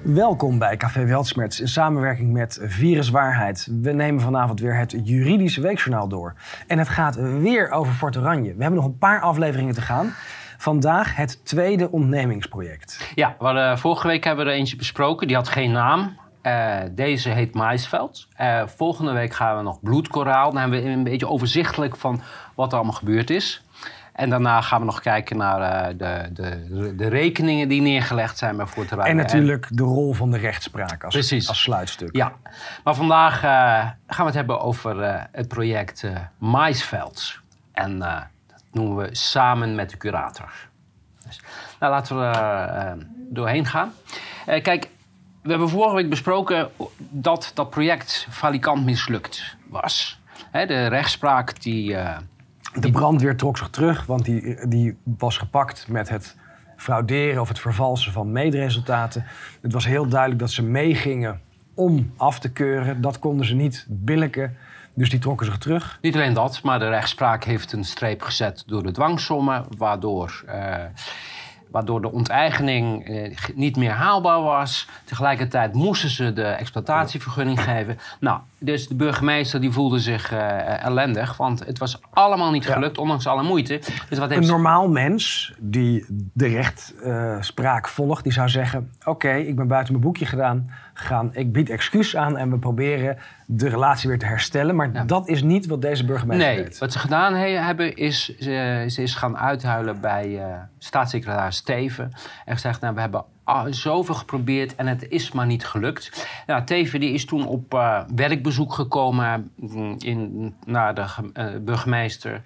Welkom bij Café Weltschmerz in samenwerking met Viruswaarheid. We nemen vanavond weer het juridische weekjournaal door. En het gaat weer over Fort Oranje. We hebben nog een paar afleveringen te gaan. Vandaag het tweede ontnemingsproject. Ja, vorige week hebben we er eentje besproken. Die had geen naam. Deze heet Maisveld. Volgende week gaan we nog Bloedkoraal. Dan hebben we een beetje overzichtelijk van wat er allemaal gebeurd is. En daarna gaan we nog kijken naar de rekeningen die neergelegd zijn bij Fort Oranje. En natuurlijk de rol van de rechtspraak als sluitstuk. Ja, maar vandaag gaan we het hebben over het project Maisveld. En dat noemen we samen met de curator. Dus, nou, laten we er doorheen gaan. Kijk, we hebben vorige week besproken dat dat project falikant mislukt was. De rechtspraak die... De brandweer trok zich terug, want die was gepakt met het frauderen of het vervalsen van meetresultaten. Het was heel duidelijk dat ze meegingen om af te keuren. Dat konden ze niet billijken, dus die trokken zich terug. Niet alleen dat, maar de rechtspraak heeft een streep gezet door de dwangsommen, waardoor de onteigening niet meer haalbaar was. Tegelijkertijd moesten ze de exploitatievergunning geven. Nou, dus de burgemeester die voelde zich ellendig, want het was allemaal niet gelukt, ondanks alle moeite. Dus wat heeft... Een normaal mens die de rechtspraak volgt, die zou zeggen... Oké, ik ben buiten mijn boekje gegaan, ik bied excuus aan en we proberen de relatie weer te herstellen. Maar dat is niet wat deze burgemeester deed. Wat ze gedaan hebben is, ze is gaan uithuilen bij staatssecretaris Teven. En gezegd, nou, we hebben zoveel geprobeerd en het is maar niet gelukt. Nou, Teven die is toen op werkbezoek gekomen naar de burgemeester.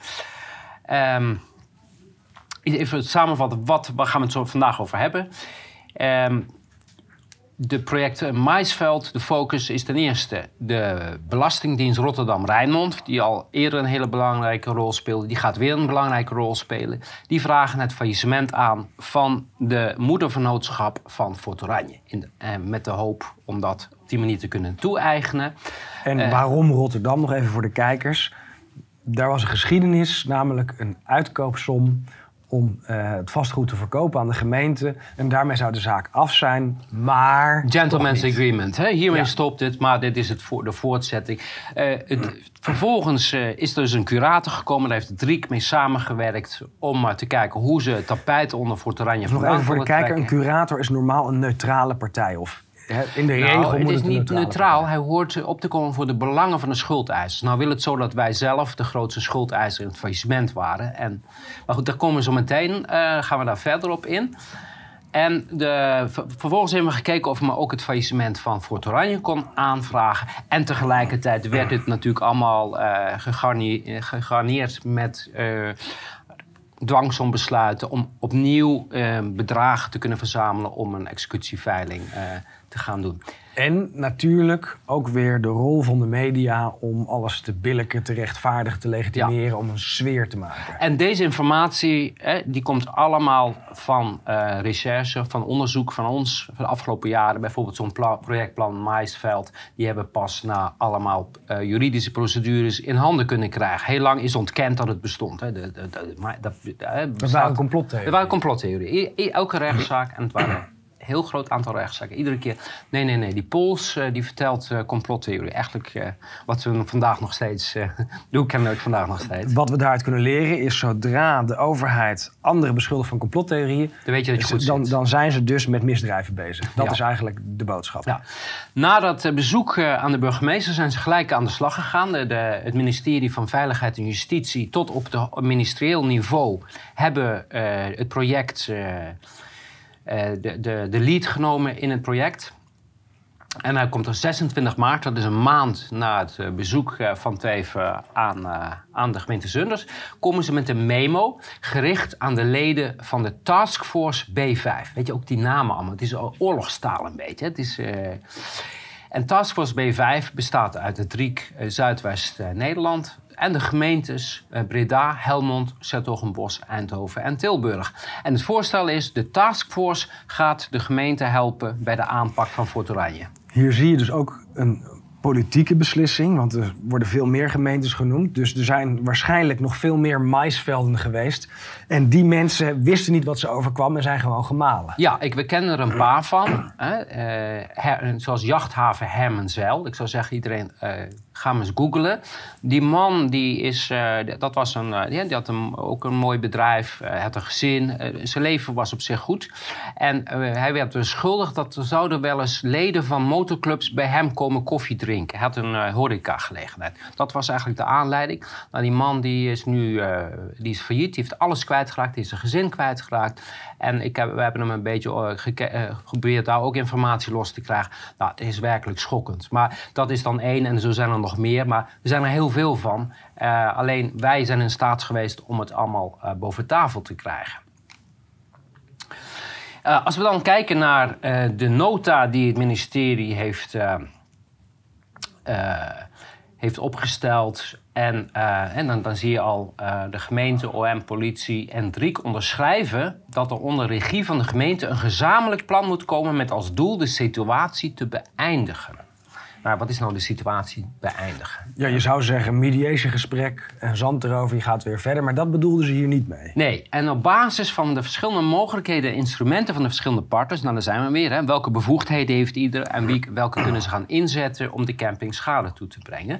Even samenvatten, waar gaan we het zo vandaag over hebben? De project Maisveld, de focus is ten eerste de Belastingdienst Rotterdam-Rijnmond, die al eerder een hele belangrijke rol speelde. Die gaat weer een belangrijke rol spelen. Die vragen het faillissement aan van de moedervernootschap van Fort Oranje. Met de hoop om dat op die manier te kunnen toe-eigenen. En waarom Rotterdam, nog even voor de kijkers? Daar was een geschiedenis, namelijk een uitkoopsom om het vastgoed te verkopen aan de gemeente. En daarmee zou de zaak af zijn, maar... Gentleman's agreement. Hiermee stopt het, maar dit is de voortzetting. Vervolgens is er dus een curator gekomen. Daar heeft de DRIEK mee samengewerkt om te kijken hoe ze het tapijt onder Fort Oranje vandaan nog even voor de kijker, trekken. Een curator is normaal een neutrale partij, of... In de regel het is niet neutraal. Partij. Hij hoort op te komen voor de belangen van de schuldeisers. Nou wil het zo dat wij zelf de grootste schuldeiser in het faillissement waren. Maar goed, daar komen we zo meteen. Gaan we daar verder op in. En vervolgens hebben we gekeken of we ook het faillissement van Fort Oranje kon aanvragen. En tegelijkertijd werd dit natuurlijk allemaal gegarneerd met... dwangsombesluiten om opnieuw bedragen te kunnen verzamelen om een executieveiling te gaan doen. En natuurlijk ook weer de rol van de media om alles te billijken, te rechtvaardigen, te legitimeren, om een sfeer te maken. En deze informatie die komt allemaal van recherche, van onderzoek van ons van de afgelopen jaren. Bijvoorbeeld zo'n projectplan Maisveld. Die hebben pas na allemaal juridische procedures in handen kunnen krijgen. Heel lang is ontkend dat het bestond. Dat waren complottheorieën. Er waren complottheorieën. Elke rechtszaak, en het waren heel groot aantal rechtszaken. Iedere keer, nee. Die Pools die vertelt complottheorie. Eigenlijk wat we vandaag nog steeds doen, kennen we vandaag nog steeds. Wat we daaruit kunnen leren is, zodra de overheid anderen beschuldigt van complottheorieën, dan weet je dat je goed zit. Dan zijn ze dus met misdrijven bezig. Dat is eigenlijk de boodschap. Ja. Na dat bezoek aan de burgemeester zijn ze gelijk aan de slag gegaan. Het ministerie van Veiligheid en Justitie tot op het ministerieel niveau hebben het project... de lead genomen in het project. En hij komt op 26 maart, dat is een maand na het bezoek van Teven aan de gemeente Zundert, komen ze met een memo gericht aan de leden van de Taskforce B5. Weet je, ook die namen allemaal. Het is oorlogstaal een beetje. Het is... En Taskforce B5 bestaat uit de DRIEK Zuidwest-Nederland en de gemeentes Breda, Helmond, 's-Hertogenbosch, Eindhoven en Tilburg. En het voorstel is, de taskforce gaat de gemeente helpen bij de aanpak van Fort Oranje. Hier zie je dus ook een politieke beslissing, want er worden veel meer gemeentes genoemd. Dus er zijn waarschijnlijk nog veel meer maisvelden geweest. En die mensen wisten niet wat ze overkwam en zijn gewoon gemalen. Ja, we kennen er een paar van. Zoals jachthaven Hermenzijl. Ik zou zeggen, iedereen, ga maar eens googlen. Die man, die had ook een mooi bedrijf, had een gezin. Zijn leven was op zich goed. En hij werd beschuldigd dat er zouden wel eens leden van motorclubs bij hem komen koffie drinken. Hij had een horecagelegenheid. Dat was eigenlijk de aanleiding. Nou, die man die is nu die is failliet, die heeft alles kwijtgeraakt, die is zijn gezin kwijtgeraakt. En we hebben hem een beetje geprobeerd daar ook informatie los te krijgen. Nou, het is werkelijk schokkend. Maar dat is dan één en zo zijn er nog meer. Maar er zijn er heel veel van. Alleen wij zijn in staat geweest om het allemaal boven tafel te krijgen. Als we dan kijken naar de nota die het ministerie heeft opgesteld. En dan zie je al de gemeente, OM, politie en DRIEK onderschrijven dat er onder regie van de gemeente een gezamenlijk plan moet komen met als doel de situatie te beëindigen. Nou, wat is nou de situatie beëindigen? Ja, je zou zeggen mediatiegesprek en zand erover, je gaat weer verder. Maar dat bedoelden ze hier niet mee. Nee, en op basis van de verschillende mogelijkheden en instrumenten van de verschillende partners, nou daar zijn we weer, hè, welke bevoegdheden heeft ieder en welke kunnen ze gaan inzetten om de camping schade toe te brengen.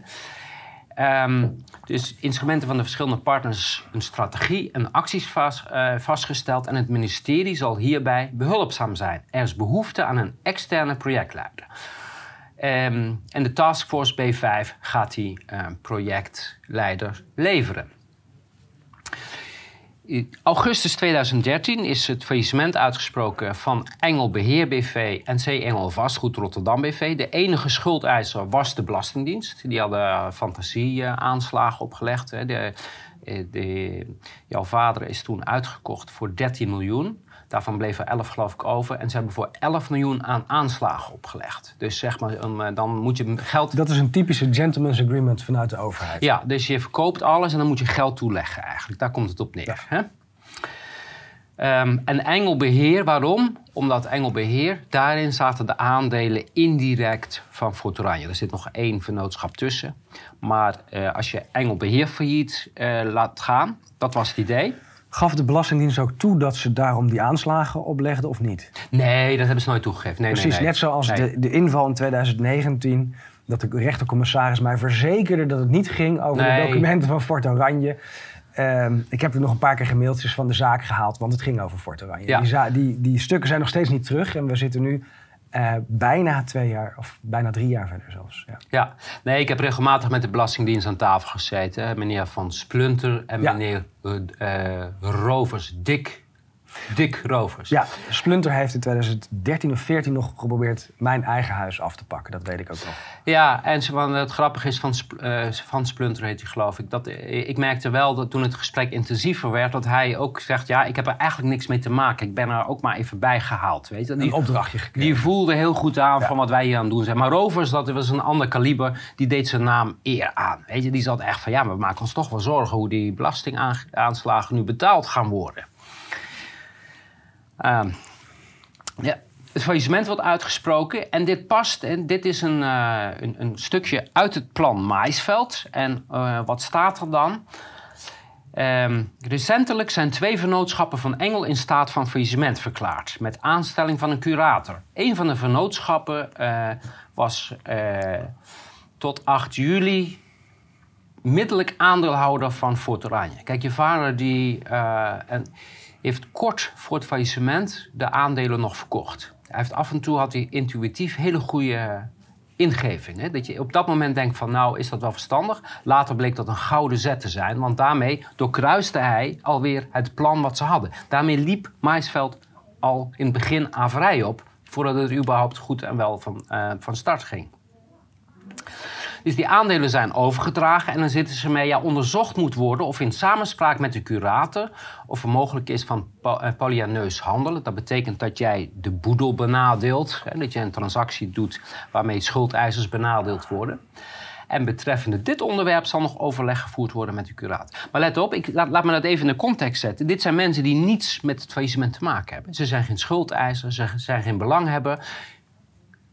Dus instrumenten van de verschillende partners, een strategie en acties vastgesteld. En het ministerie zal hierbij behulpzaam zijn. Er is behoefte aan een externe projectleider. En de Taskforce B5 gaat die projectleider leveren. In augustus 2013 is het faillissement uitgesproken van Engel Beheer BV en C. Engel Vastgoed Rotterdam BV. De enige schuldeiser was de Belastingdienst. Die hadden fantasieaanslagen opgelegd. Jouw vader is toen uitgekocht voor 13 miljoen. Daarvan bleef er 11 geloof ik over. En ze hebben voor 11 miljoen aan aanslagen opgelegd. Dus zeg maar, dan moet je geld... Dat is een typische gentleman's agreement vanuit de overheid. Ja, dus je verkoopt alles en dan moet je geld toeleggen eigenlijk. Daar komt het op neer. Ja. Hè? En Engelbeheer, waarom? Omdat Engelbeheer, daarin zaten de aandelen indirect van Fort Oranje. Er zit nog 1 vennootschap tussen. Maar als je Engelbeheer failliet laat gaan, dat was het idee. Gaf de Belastingdienst ook toe dat ze daarom die aanslagen oplegden of niet? Nee, dat hebben ze nooit toegegeven. Nee, precies, nee. Net zoals de inval in 2019... dat de rechtercommissaris mij verzekerde dat het niet ging over de documenten van Fort Oranje. Ik heb er nog een paar keer mailtjes van de zaak gehaald, want het ging over Fort Oranje. Ja. Die stukken zijn nog steeds niet terug en we zitten nu bijna 2 jaar of bijna 3 jaar verder zelfs. Ja, nee, ik heb regelmatig met de Belastingdienst aan tafel gezeten. Meneer Van Splunter en meneer Rovers, Dick Rovers. Ja, Splunter heeft in 2013 of 14 nog geprobeerd mijn eigen huis af te pakken. Dat weet ik ook nog. Ja, en het grappige is, Van Splunter heet hij geloof ik. Ik merkte wel dat toen het gesprek intensiever werd, dat hij ook zegt, ja, ik heb er eigenlijk niks mee te maken. Ik ben er ook maar even bij gehaald. Weet je? Een opdrachtje gekregen. Die voelde heel goed aan van wat wij hier aan het doen zijn. Maar Rovers, dat was een ander kaliber, die deed zijn naam eer aan. Weet je? Die zat echt van, ja, we maken ons toch wel zorgen hoe die belastingaanslagen nu betaald gaan worden. Het faillissement wordt uitgesproken en dit past. En dit is een stukje uit het plan Maisveld. En wat staat er dan? Recentelijk zijn 2 vennootschappen van Engel in staat van faillissement verklaard. Met aanstelling van een curator. Een van de vennootschappen was tot 8 juli middelijk aandeelhouder van Fort Oranje. Kijk, je vader die... heeft kort voor het faillissement de aandelen nog verkocht. Af en toe had hij intuïtief hele goede ingeving. Hè? Dat je op dat moment denkt van, nou, is dat wel verstandig? Later bleek dat een gouden zet te zijn. Want daarmee doorkruiste hij alweer het plan wat ze hadden. Daarmee liep Maisveld al in het begin averij op, voordat het überhaupt goed en wel van start ging. Dus die aandelen zijn overgedragen en dan zitten ze mee, onderzocht moet worden of in samenspraak met de curator of er mogelijk is van polyaneus handelen. Dat betekent dat jij de boedel benadeelt, dat je een transactie doet waarmee schuldeisers benadeeld worden. En betreffende dit onderwerp zal nog overleg gevoerd worden met de curator. Maar let op, laat me dat even in de context zetten. Dit zijn mensen die niets met het faillissement te maken hebben. Ze zijn geen schuldeiser, ze zijn geen belanghebber.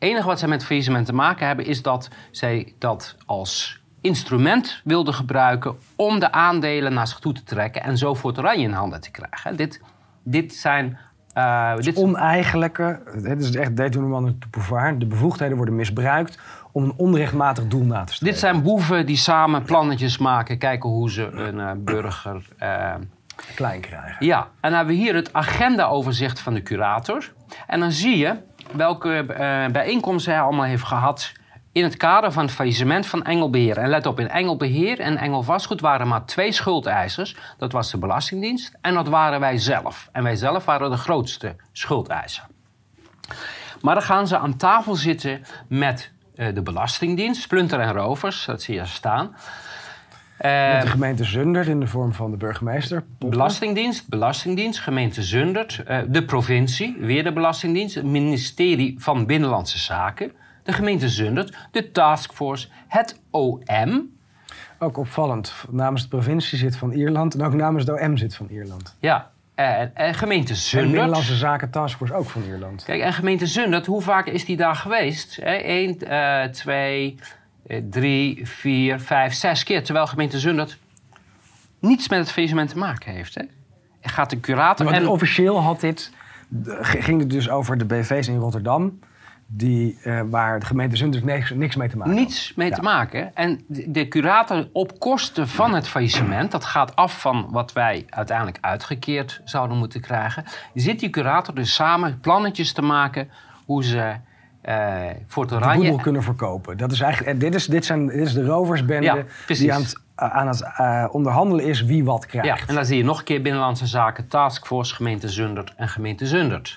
enige wat zij met faillissement te maken hebben... is dat zij dat als instrument wilden gebruiken... om de aandelen naar zich toe te trekken... en zo Fort Oranje in handen te krijgen. Dit zijn... oneigenlijke, het is echt détournement de pouvoir. De bevoegdheden worden misbruikt om een onrechtmatig doel na te streven. Dit zijn boeven die samen plannetjes maken... kijken hoe ze een burger... klein krijgen. Ja, en dan hebben we hier het agendaoverzicht van de curator. En dan zie je welke bijeenkomsten hij allemaal heeft gehad... in het kader van het faillissement van Engelbeheer. En let op, in Engelbeheer en Engelvastgoed waren maar 2 schuldeisers. Dat was de Belastingdienst en dat waren wij zelf. En wij zelf waren de grootste schuldeiser. Maar dan gaan ze aan tafel zitten met de Belastingdienst, Splunter en Rovers, dat zie je staan... Met de gemeente Zundert in de vorm van de burgemeester. Belastingdienst, gemeente Zundert, de provincie, weer de Belastingdienst, het ministerie van Binnenlandse Zaken, de gemeente Zundert, de taskforce, het OM. Ook opvallend, namens de provincie zit van Ierland en ook namens de OM zit van Ierland. Ja, gemeente Zundert. En Binnenlandse Zaken taskforce ook van Ierland. Kijk, en gemeente Zundert, hoe vaak is die daar geweest? 1, 2... 3, 4, 5, 6 keer. Terwijl gemeente Zundert niets met het faillissement te maken heeft. Hè? Gaat de curator... Want officieel ging het dus over de BV's in Rotterdam... waar de gemeente Zundert niks mee te maken had. Niets mee te maken. En de curator op kosten van het faillissement... dat gaat af van wat wij uiteindelijk uitgekeerd zouden moeten krijgen... zit die curator dus samen plannetjes te maken... hoe ze... Fort Oranje... de boedel kunnen verkopen. Dat is eigenlijk, dit is de roversbende die aan het onderhandelen is wie wat krijgt. Ja, en dan zie je nog een keer Binnenlandse Zaken, Taskforce, gemeente Zundert en gemeente Zundert.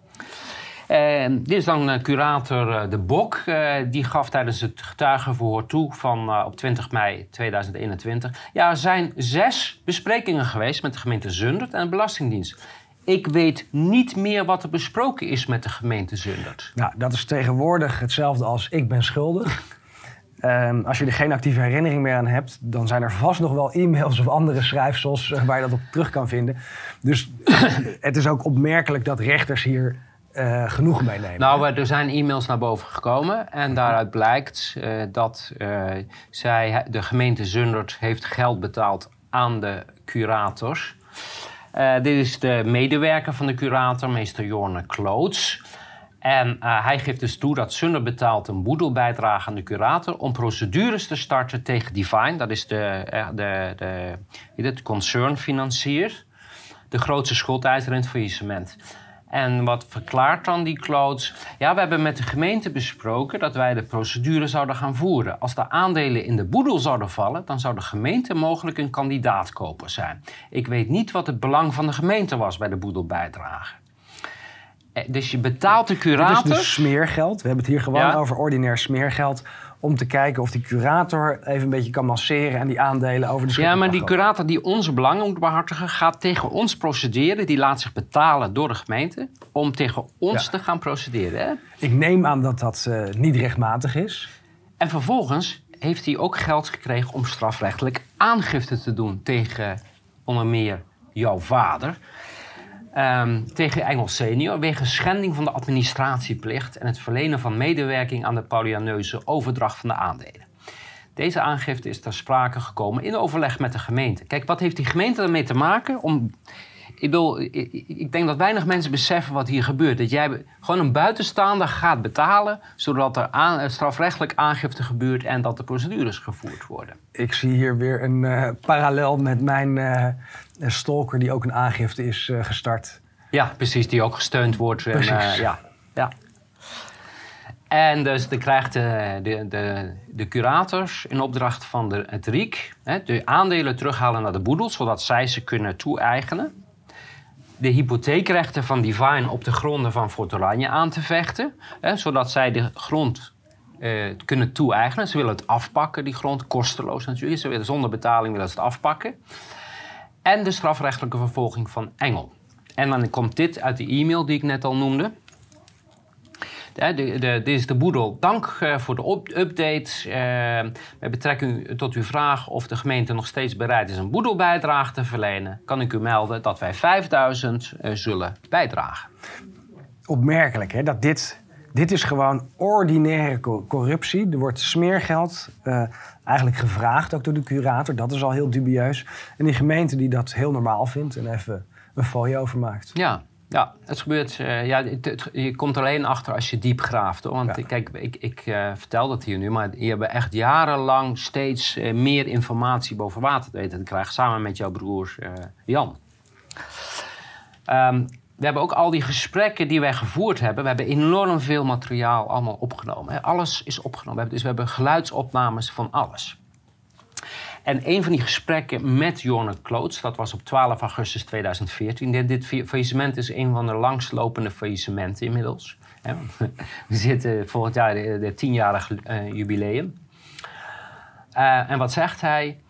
Dit is dan curator De Bok. Die gaf tijdens het getuigenverhoor toe van op 20 mei 2021... Ja, er zijn 6 besprekingen geweest met de gemeente Zundert en de Belastingdienst. Ik weet niet meer wat er besproken is met de gemeente Zundert. Nou, dat is tegenwoordig hetzelfde als ik ben schuldig. Als je er geen actieve herinnering meer aan hebt... dan zijn er vast nog wel e-mails of andere schrijfsels... waar je dat op terug kan vinden. Dus het is ook opmerkelijk dat rechters hier genoegen mee nemen. Nou, er zijn e-mails naar boven gekomen... en daaruit blijkt dat de gemeente Zundert heeft geld betaald aan de curators... dit is de medewerker van de curator, meester Jorne Kloots. En hij geeft dus toe dat Zundert betaalt een boedelbijdrage aan de curator... om procedures te starten tegen Divine. Dat is de concernfinancier. De grootste schuldeiser in het faillissement. En wat verklaart dan die Kloots? Ja, we hebben met de gemeente besproken dat wij de procedure zouden gaan voeren. Als de aandelen in de boedel zouden vallen, dan zou de gemeente mogelijk een kandidaatkoper zijn. Ik weet niet wat het belang van de gemeente was bij de boedelbijdrage. Dus je betaalt de curator... Dit is dus smeergeld. We hebben het hier gewoon over ordinair smeergeld... om te kijken of die curator even een beetje kan masseren... en die aandelen over de schutting. Ja, maar die curator die onze belangen moet behartigen... gaat tegen ons procederen. Die laat zich betalen door de gemeente... om tegen ons te gaan procederen. Hè? Ik neem aan dat dat niet rechtmatig is. En vervolgens heeft hij ook geld gekregen... om strafrechtelijk aangifte te doen... tegen onder meer jouw vader... tegen Engel senior... wegens schending van de administratieplicht... en het verlenen van medewerking aan de Paulianeuze overdracht van de aandelen. Deze aangifte is ter sprake gekomen in overleg met de gemeente. Kijk, wat heeft die gemeente ermee te maken? Ik denk dat weinig mensen beseffen wat hier gebeurt. Dat jij gewoon een buitenstaander gaat betalen... zodat er strafrechtelijk aangifte gebeurt... en dat de procedures gevoerd worden. Ik zie hier weer een parallel met mijn stalker... die ook een aangifte is gestart. Ja, precies, die ook gesteund wordt. Precies. Ja. En dus dan krijgt de curators in opdracht van het RIEK... de aandelen terughalen naar de boedel... zodat zij ze kunnen toe-eigenen. De hypotheekrechten van Divine op de gronden van Fort Oranje aan te vechten... zodat zij de grond kunnen toe-eigenen. Ze willen het afpakken, die grond, kosteloos natuurlijk. Ze willen zonder betaling willen ze het afpakken. En de strafrechtelijke vervolging van Engel. En dan komt dit uit de e-mail die ik net al noemde... Dit is de boedel. Dank voor de update. Met betrekking tot uw vraag of de gemeente nog steeds bereid is een boedelbijdrage te verlenen, kan ik u melden dat wij 5.000 zullen bijdragen. Opmerkelijk hè, dat dit Dit is gewoon ordinaire corruptie. Er wordt smeergeld eigenlijk gevraagd, ook door de curator. Dat is al heel dubieus. En die gemeente die dat heel normaal vindt en even een fooi over maakt. Ja, het gebeurt. Je komt er alleen achter als je diep graaft. Hoor. Want kijk, ik vertel dat hier nu, maar je hebt echt jarenlang steeds meer informatie boven water weten te krijgen, samen met jouw broer Jan. We hebben ook al die gesprekken die wij gevoerd hebben. We hebben enorm veel materiaal allemaal opgenomen. Hè. Alles is opgenomen. Dus we hebben geluidsopnames van alles. En een van die gesprekken met Jorne Kloots, dat was op 12 augustus 2014. Dit faillissement is een van de langstlopende faillissementen inmiddels. We zitten volgend jaar de 10-jarig jubileum. En wat zegt hij?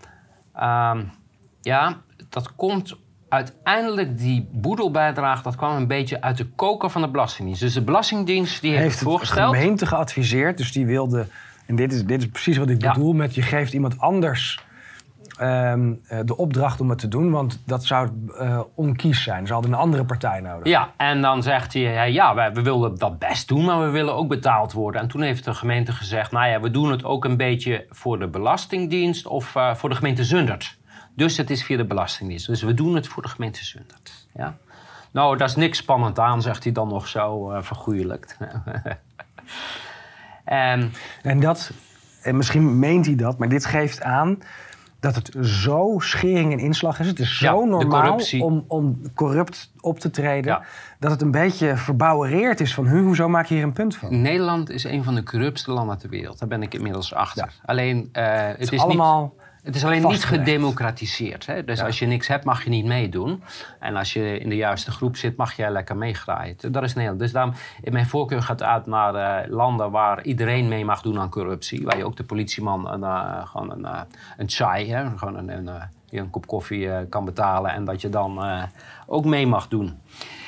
Dat komt uiteindelijk, die boedelbijdrage, dat kwam een beetje uit de koker van de Belastingdienst. Dus de Belastingdienst die heeft het voorgesteld. De gemeente geadviseerd, dus die wilde... En dit is precies wat ik bedoel met je geeft iemand anders de opdracht om het te doen, want dat zou onkies zijn. Ze hadden een andere partij nodig. Ja, en dan zegt hij, we willen dat best doen, maar we willen ook betaald worden. En toen heeft de gemeente gezegd, we doen het ook een beetje voor de Belastingdienst of voor de gemeente Zundert. Dus het is via de Belastingdienst. Dus we doen het voor de gemeente Zundert. Ja? Nou, daar is niks spannend aan, zegt hij dan nog zo vergoeilijkt. En misschien meent hij dat, maar dit geeft aan dat het zo schering en inslag is. Het is zo normaal om corrupt op te treden, dat het een beetje verbouwereerd is van hoezo maak je hier een punt van? Nederland is een van de corruptste landen ter wereld. Daar ben ik inmiddels achter. Ja. Alleen, het is allemaal... Het is alleen niet gedemocratiseerd. Hè? Dus als je niks hebt, mag je niet meedoen. En als je in de juiste groep zit, mag jij lekker meegraaien. Dat is Nederland. Dus daarom, mijn voorkeur gaat uit naar landen waar iedereen mee mag doen aan corruptie. Waar je ook de politieman gewoon een chai, hè? Gewoon een kop koffie kan betalen. En dat je dan ook mee mag doen.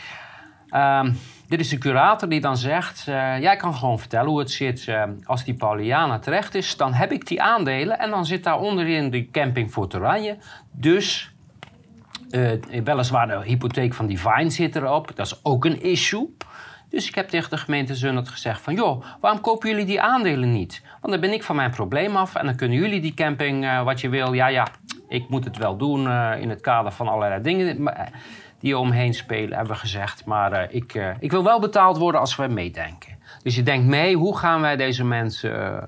Dit is de curator die dan zegt, jij kan gewoon vertellen hoe het zit. Als die Pauliana terecht is, dan heb ik die aandelen. En dan zit daar onderin de camping Fort Oranje. Dus weliswaar de hypotheek van Divine zit erop. Dat is ook een issue. Dus ik heb tegen de gemeente Zundert gezegd van... joh, waarom kopen jullie die aandelen niet? Want dan ben ik van mijn probleem af. En dan kunnen jullie die camping wat je wil. Ja, ik moet het wel doen in het kader van allerlei dingen... die omheen spelen, hebben we gezegd. Maar ik wil wel betaald worden als we meedenken. Dus je denkt mee, hoe gaan wij deze mensen...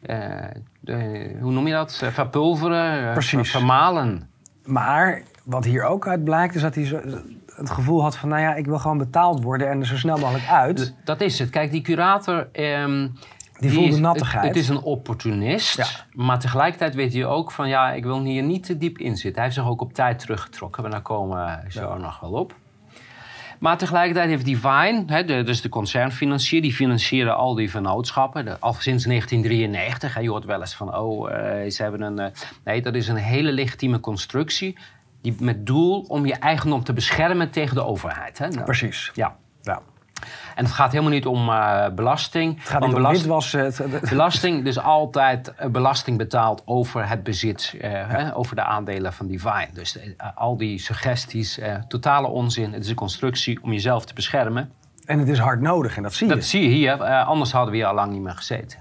hoe noem je dat? Verpulveren, vermalen. Maar wat hier ook uit blijkt, is dat hij het gevoel had van... ik wil gewoon betaald worden en er zo snel mogelijk uit. Dat is het. Kijk, die curator... Die voelde nattigheid. Het is een opportunist, maar tegelijkertijd weet hij ook van... ik wil hier niet te diep in zitten. Hij heeft zich ook op tijd teruggetrokken, maar daar komen we zo nog wel op. Maar tegelijkertijd heeft Divine, dus de concernfinancier... die financieren al die vennootschappen, al sinds 1993. Je hoort wel eens van, ze hebben een... nee, dat is een hele legitieme constructie... die met doel om je eigendom te beschermen tegen de overheid. Hè? Precies. Ja. En het gaat helemaal niet om belasting. Het gaat niet om witwassen. Belasting, dus altijd belasting betaald over het bezit, over de aandelen van Divine. Dus al die suggesties, totale onzin. Het is een constructie om jezelf te beschermen. En het is hard nodig en dat zie je. Dat zie je hier, anders hadden we hier al lang niet meer gezeten.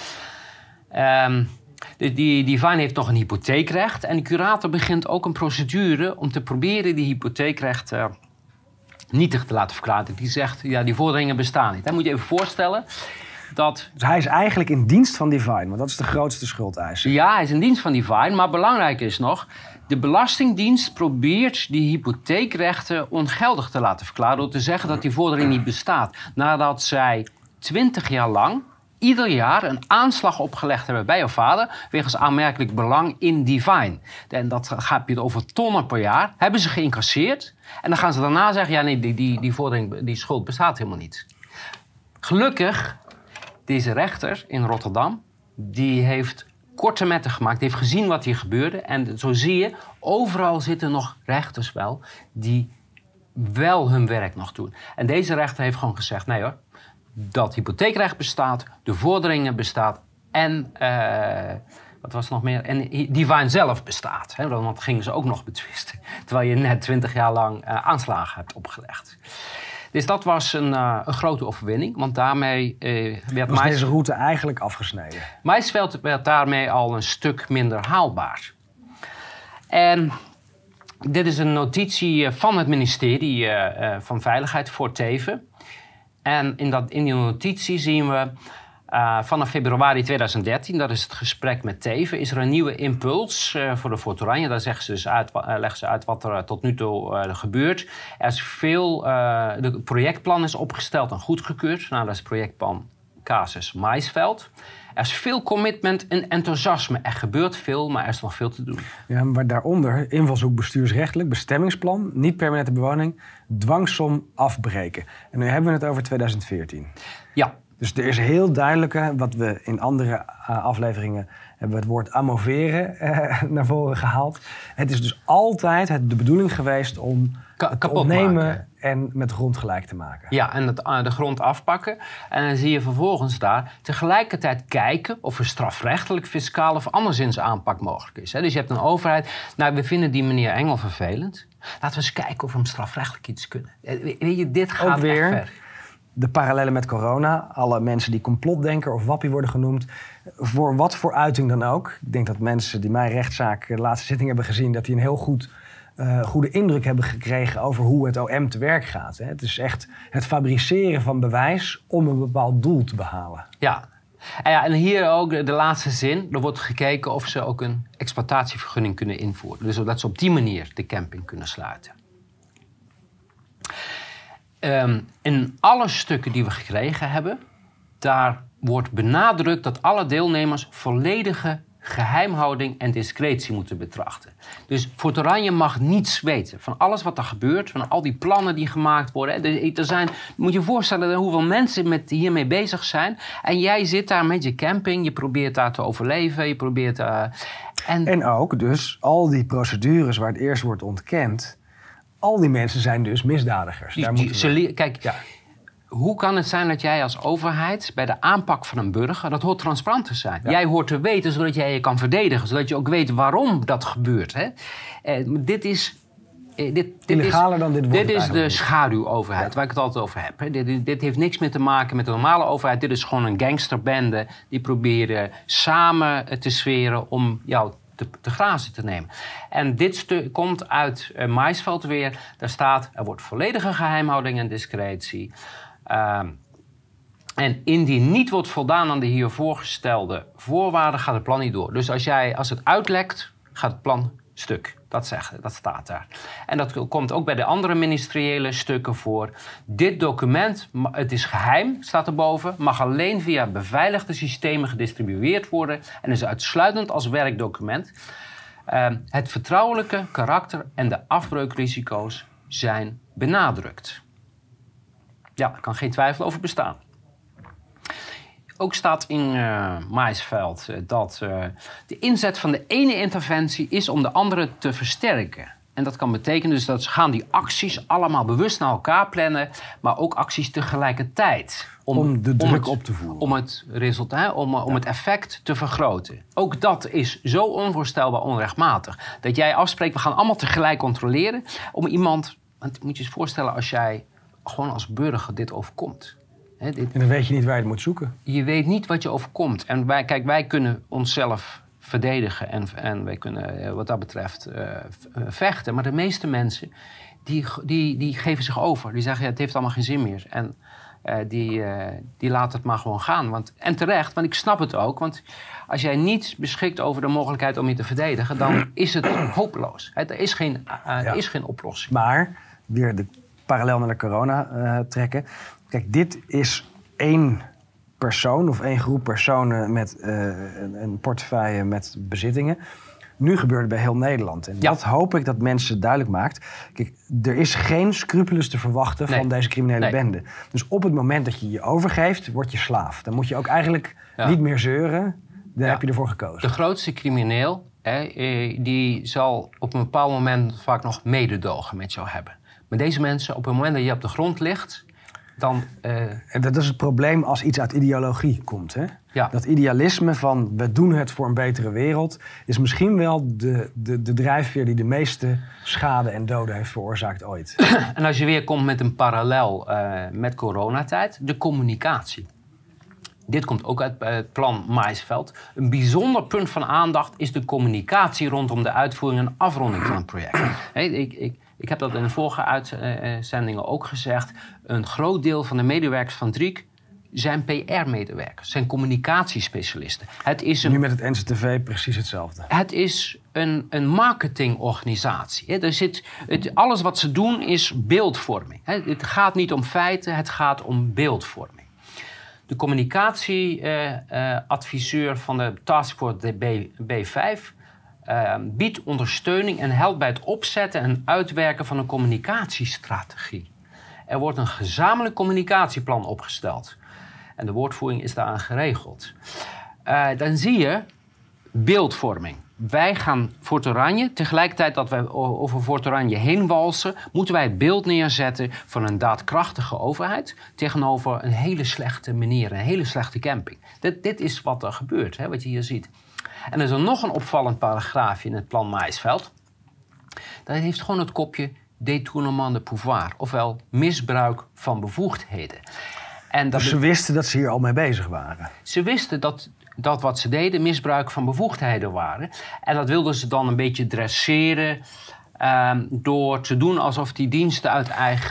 Ja. Die Divine heeft nog een hypotheekrecht. En de curator begint ook een procedure om te proberen die hypotheekrecht... nietig te laten verklaren. Die zegt, die vorderingen bestaan niet. Dan moet je even voorstellen dat... Dus hij is eigenlijk in dienst van Divine, want dat is de grootste schuldeiser. Ja, hij is in dienst van Divine, maar belangrijk is nog... de Belastingdienst probeert die hypotheekrechten ongeldig te laten verklaren... door te zeggen dat die vordering niet bestaat. Nadat zij 20 jaar lang... ieder jaar een aanslag opgelegd hebben bij jouw vader... wegens aanmerkelijk belang in Divine. En dat gaat je over tonnen per jaar. Hebben ze geïncasseerd. En dan gaan ze daarna zeggen... die vordering, die schuld bestaat helemaal niet. Gelukkig, deze rechter in Rotterdam... die heeft korte metten gemaakt. Die heeft gezien wat hier gebeurde. En zo zie je, overal zitten nog rechters wel... die wel hun werk nog doen. En deze rechter heeft gewoon gezegd... nee hoor, dat hypotheekrecht bestaat, de vorderingen bestaat en wat was er nog meer? En Divine zelf bestaat. Hè? Want gingen ze ook nog betwisten. Terwijl je net 20 jaar lang aanslagen hebt opgelegd. Dus dat was een grote overwinning, want daarmee werd Was deze route eigenlijk afgesneden? Maisveld werd daarmee al een stuk minder haalbaar. En dit is een notitie van het ministerie van Veiligheid voor Teven. En in die notitie zien we vanaf februari 2013, dat is het gesprek met Teven, is er een nieuwe impuls voor de Fort Oranje. Daar leggen ze uit wat er tot nu toe gebeurt. Er is de projectplan is opgesteld en goedgekeurd. Nou, dat is het projectplan Casus Maisveld. Er is veel commitment en enthousiasme. Er gebeurt veel, maar er is nog veel te doen. Ja, maar daaronder invalshoek bestuursrechtelijk, bestemmingsplan, niet permanente bewoning, dwangsom afbreken. En nu hebben we het over 2014. Ja. Dus er is heel duidelijk, wat we in andere afleveringen hebben we het woord amoveren naar voren gehaald. Het is dus altijd de bedoeling geweest om te ontnemen en met de grond gelijk te maken. Ja, en de grond afpakken. En dan zie je vervolgens daar tegelijkertijd kijken of er strafrechtelijk, fiscaal of anderszins aanpak mogelijk is. Dus je hebt een overheid. Nou, we vinden die meneer Engel vervelend. Laten we eens kijken of we hem strafrechtelijk iets kunnen. Weet je, dit gaat ook weer echt ver. De parallellen met corona. Alle mensen die complotdenker of wappie worden genoemd. Voor wat voor uiting dan ook. Ik denk dat mensen die mijn rechtszaak de laatste zitting hebben gezien, dat die een heel goede indruk hebben gekregen over hoe het OM te werk gaat. Het is echt het fabriceren van bewijs om een bepaald doel te behalen. Ja. En hier ook de laatste zin. Er wordt gekeken of ze ook een exploitatievergunning kunnen invoeren. Dus zodat ze op die manier de camping kunnen sluiten. In alle stukken die we gekregen hebben, daar wordt benadrukt dat alle deelnemers volledige geheimhouding en discretie moeten betrachten. Dus Fort Oranje mag niets weten van alles wat er gebeurt, van al die plannen die gemaakt worden. Moet je je voorstellen hoeveel mensen hiermee bezig zijn. En jij zit daar met je camping, je probeert daar te overleven, je probeert... En ook dus al die procedures waar het eerst wordt ontkend, al die mensen zijn dus misdadigers. Hoe kan het zijn dat jij als overheid bij de aanpak van een burger, dat hoort transparant te zijn. Ja. Jij hoort te weten zodat jij je kan verdedigen, zodat je ook weet waarom dat gebeurt. Hè? Dit is illegaler dan dit wordt. Dit is de schaduwoverheid waar ik het altijd over heb. Hè? Dit heeft niks meer te maken met de normale overheid. Dit is gewoon een gangsterbende die proberen samen te sferen om jou te grazen te nemen. En dit stuk komt uit Maisveld weer. Daar staat, er wordt volledige geheimhouding en discretie. En indien niet wordt voldaan aan de hier voorgestelde voorwaarden, gaat het plan niet door. Dus als het uitlekt, gaat het plan stuk. Dat staat daar. En dat komt ook bij de andere ministeriële stukken voor. Dit document, het is geheim, staat erboven, mag alleen via beveiligde systemen gedistribueerd worden en is uitsluitend als werkdocument. Het vertrouwelijke karakter en de afbreukrisico's zijn benadrukt. Ja, daar kan geen twijfel over bestaan. Ook staat in Maisveld dat de inzet van de ene interventie is om de andere te versterken. En dat kan betekenen dus dat ze gaan die acties allemaal bewust naar elkaar plannen, maar ook acties tegelijkertijd. Om de druk op te voeren. Om het resultaat, om het effect te vergroten. Ook dat is zo onvoorstelbaar onrechtmatig. Dat jij afspreekt, we gaan allemaal tegelijk controleren. Om iemand, want moet je je voorstellen als jij gewoon als burger dit overkomt. En dan weet je niet waar je het moet zoeken. Je weet niet wat je overkomt. En wij kunnen onszelf verdedigen en wij kunnen wat dat betreft vechten. Maar de meeste mensen, die geven zich over. Die zeggen, het heeft allemaal geen zin meer. En die laten het maar gewoon gaan. En terecht, want ik snap het ook. Want als jij niet beschikt over de mogelijkheid om je te verdedigen, dan is het hopeloos. Er is geen oplossing. Maar, weer de parallel naar de corona trekken. Kijk, dit is één persoon of één groep personen met een portefeuille met bezittingen. Nu gebeurt het bij heel Nederland. En dat hoop ik dat mensen duidelijk maakt. Kijk, er is geen scrupules te verwachten van deze criminele bende. Dus op het moment dat je je overgeeft, word je slaaf. Dan moet je ook eigenlijk niet meer zeuren. Dan heb je ervoor gekozen. De grootste crimineel, die zal op een bepaald moment vaak nog mededogen met jou hebben. Maar deze mensen, op het moment dat je op de grond ligt, En dat is het probleem als iets uit ideologie komt. Hè? Ja. Dat idealisme van we doen het voor een betere wereld is misschien wel de drijfveer die de meeste schade en doden heeft veroorzaakt ooit. En als je weer komt met een parallel met coronatijd, de communicatie. Dit komt ook uit het plan Maisveld. Een bijzonder punt van aandacht is de communicatie rondom de uitvoering en afronding van een project. Ik heb dat in de vorige uitzendingen ook gezegd. Een groot deel van de medewerkers van Driek zijn PR-medewerkers, zijn communicatiespecialisten. Nu met het NCTV precies hetzelfde. Het is een marketingorganisatie. Alles wat ze doen is beeldvorming. Het gaat niet om feiten, het gaat om beeldvorming. De communicatieadviseur van de Taskforce B5 biedt ondersteuning en helpt bij het opzetten en uitwerken van een communicatiestrategie. Er wordt een gezamenlijk communicatieplan opgesteld. En de woordvoering is daaraan geregeld. Dan zie je beeldvorming. Wij gaan Fort Oranje, tegelijkertijd dat wij over Fort Oranje heen walsen, moeten wij het beeld neerzetten van een daadkrachtige overheid tegenover een hele slechte meneer, een hele slechte camping. Dit is wat er gebeurt, wat je hier ziet. En er is nog een opvallend paragraafje in het plan Maisveld. Dat heeft gewoon het kopje détournement de pouvoir, ofwel misbruik van bevoegdheden. Dus ze wisten dat ze hier al mee bezig waren? Ze wisten dat wat ze deden misbruik van bevoegdheden waren. En dat wilden ze dan een beetje dresseren door te doen alsof die diensten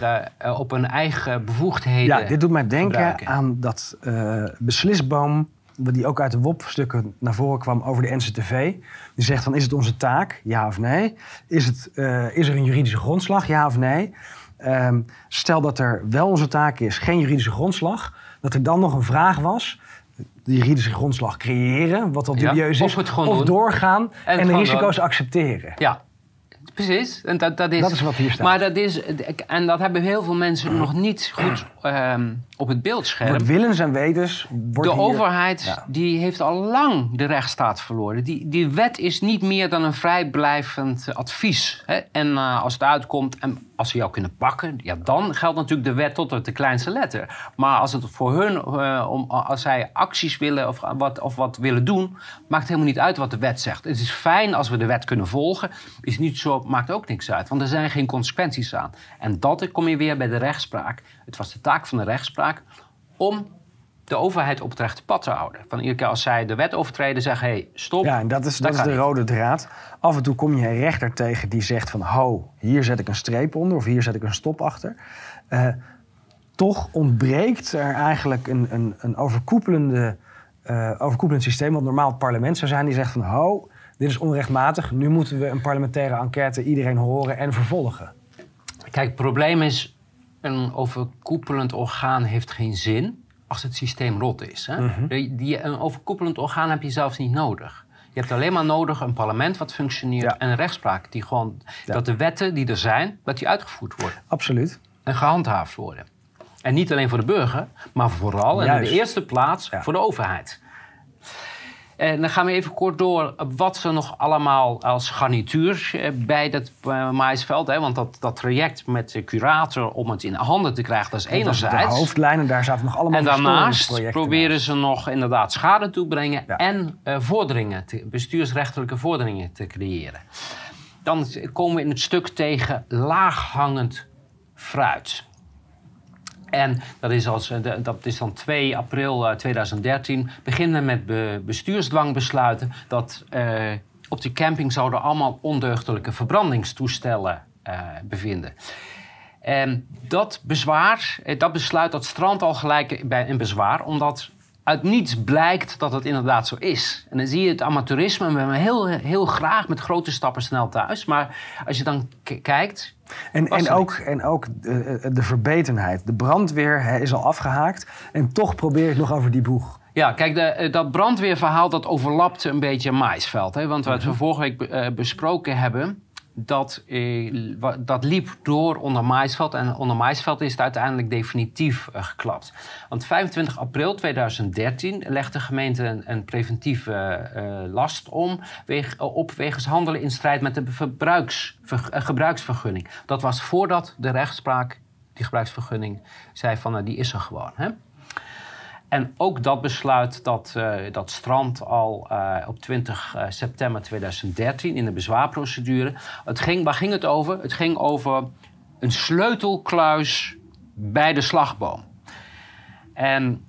op hun eigen bevoegdheden. Ja, dit doet mij denken gebruiken. Aan dat beslisboom die ook uit de WOP-stukken naar voren kwam over de NCTV. Die zegt van, is het onze taak? Ja of nee? Is er een juridische grondslag? Ja of nee? Stel dat er wel onze taak is, geen juridische grondslag, dat er dan nog een vraag was, de juridische grondslag creëren, wat al dubieus is, of doorgaan en de risico's accepteren. Ja, precies. En dat is wat hier staat. Maar dat hebben heel veel mensen nog niet goed op het beeldscherm. Wordt willens en wetens. Overheid die heeft al lang de rechtsstaat verloren. Die wet is niet meer dan een vrijblijvend advies. Hè? En als het uitkomt en als ze jou kunnen pakken, dan geldt natuurlijk de wet tot op de kleinste letter. Maar als het voor hun, als zij acties willen of wat willen doen, maakt helemaal niet uit wat de wet zegt. Het is fijn als we de wet kunnen volgen. Is niet zo, maakt ook niks uit, want er zijn geen consequenties aan. En dat kom je weer bij de rechtspraak. Het was de taak van de rechtspraak om de overheid op het rechte pad te houden. Van iedere keer als zij de wet overtreden, zeggen, hey, stop. Ja, en dat is de rode draad. Af en toe kom je een rechter tegen die zegt van, hier zet ik een streep onder of hier zet ik een stop achter. Toch ontbreekt er eigenlijk een overkoepelend systeem, wat normaal het parlement zou zijn, die zegt van, dit is onrechtmatig, nu moeten we een parlementaire enquête iedereen horen en vervolgen. Kijk, het probleem is, een overkoepelend orgaan heeft geen zin als het systeem rot is. Hè? Mm-hmm. Een overkoepelend orgaan heb je zelfs niet nodig. Je hebt alleen maar nodig een parlement wat functioneert en een rechtspraak die gewoon dat de wetten die er zijn, dat die uitgevoerd worden. Absoluut. En gehandhaafd worden. En niet alleen voor de burger, maar vooral en in de eerste plaats voor de overheid. En dan gaan we even kort door wat ze nog allemaal als garnituur bij dat Maisveld. Want dat traject met de curator om het in handen te krijgen, dat is enerzijds. De hoofdlijnen, daar zaten nog allemaal. En daarnaast proberen ze nog inderdaad schade toebrengen en bestuursrechtelijke vorderingen te creëren. Dan komen we in het stuk tegen laaghangend fruit. En dat is dan 2 april 2013. Beginnen met bestuursdwangbesluiten dat op de camping zouden allemaal ondeugdelijke verbrandingstoestellen bevinden. En dat besluit, dat strandt al gelijk bij een bezwaar, omdat uit niets blijkt dat het inderdaad zo is. En dan zie je het amateurisme, we hebben heel, heel graag met grote stappen snel thuis. Maar als je dan kijkt. En ook de verbetenheid. De brandweer is al afgehaakt en toch probeer je het nog over die boeg. Ja, kijk, dat brandweerverhaal dat overlapt een beetje Maisveld. Want wat we vorige week besproken hebben, dat liep door onder Maisveld. En onder Maisveld is het uiteindelijk definitief geklapt. Want 25 april 2013 legt de gemeente een preventieve last op wegens handelen in strijd met de gebruiksvergunning. Dat was voordat de rechtspraak die gebruiksvergunning, zei van die is er gewoon. Hè? En ook dat besluit dat strandt al op 20 september 2013 in de bezwaarprocedure. Waar ging het over? Het ging over een sleutelkluis bij de slagboom. En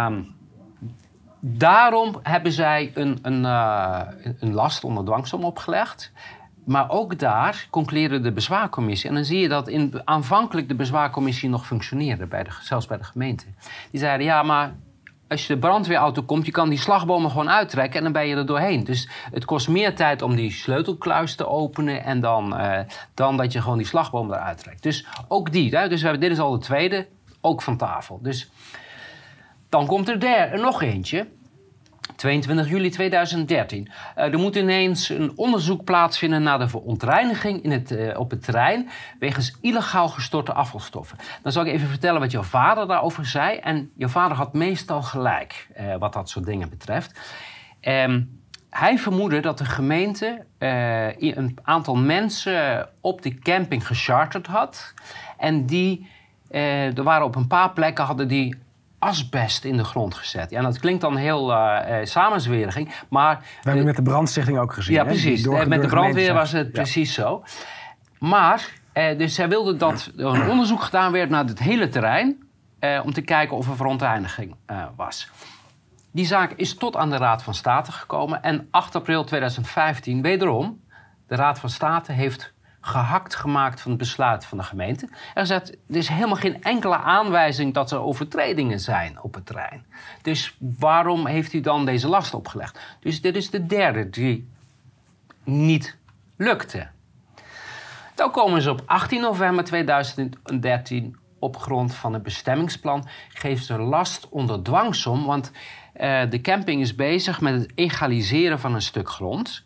daarom hebben zij een last onder dwangsom opgelegd. Maar ook daar concludeerde de bezwaarcommissie. En dan zie je dat aanvankelijk de bezwaarcommissie nog functioneerde, zelfs bij de gemeente. Die zeiden, ja, maar als je de brandweerauto komt, je kan die slagbomen gewoon uittrekken en dan ben je er doorheen. Dus het kost meer tijd om die sleutelkluis te openen en dan dat je gewoon die slagboom eruit trekt. Dus ook die. Hè? Dus dit is al de tweede, ook van tafel. Dus dan komt er nog eentje. 22 juli 2013. Er moet ineens een onderzoek plaatsvinden naar de verontreiniging op het terrein wegens illegaal gestorte afvalstoffen. Dan zal ik even vertellen wat jouw vader daarover zei. En jouw vader had meestal gelijk wat dat soort dingen betreft. Hij vermoedde dat de gemeente een aantal mensen op de camping gecharterd had. En er waren op een paar plekken hadden die asbest in de grond gezet. Ja, dat klinkt dan heel samenzwering, maar... We hebben het met de brandstichting ook gezien. Ja, precies. Met de brandweer was het precies zo. Maar, dus zij wilden dat er een onderzoek gedaan werd naar het hele terrein, om te kijken of er verontreiniging was. Die zaak is tot aan de Raad van State gekomen en 8 april 2015, wederom, de Raad van State heeft gehakt gemaakt van het besluit van de gemeente. Er is helemaal geen enkele aanwijzing dat er overtredingen zijn op het terrein. Dus waarom heeft u dan deze last opgelegd? Dus dit is de derde die niet lukte. Dan komen ze op 18 november 2013 op grond van het bestemmingsplan. Geven ze last onder dwangsom, want de camping is bezig met het egaliseren van een stuk grond.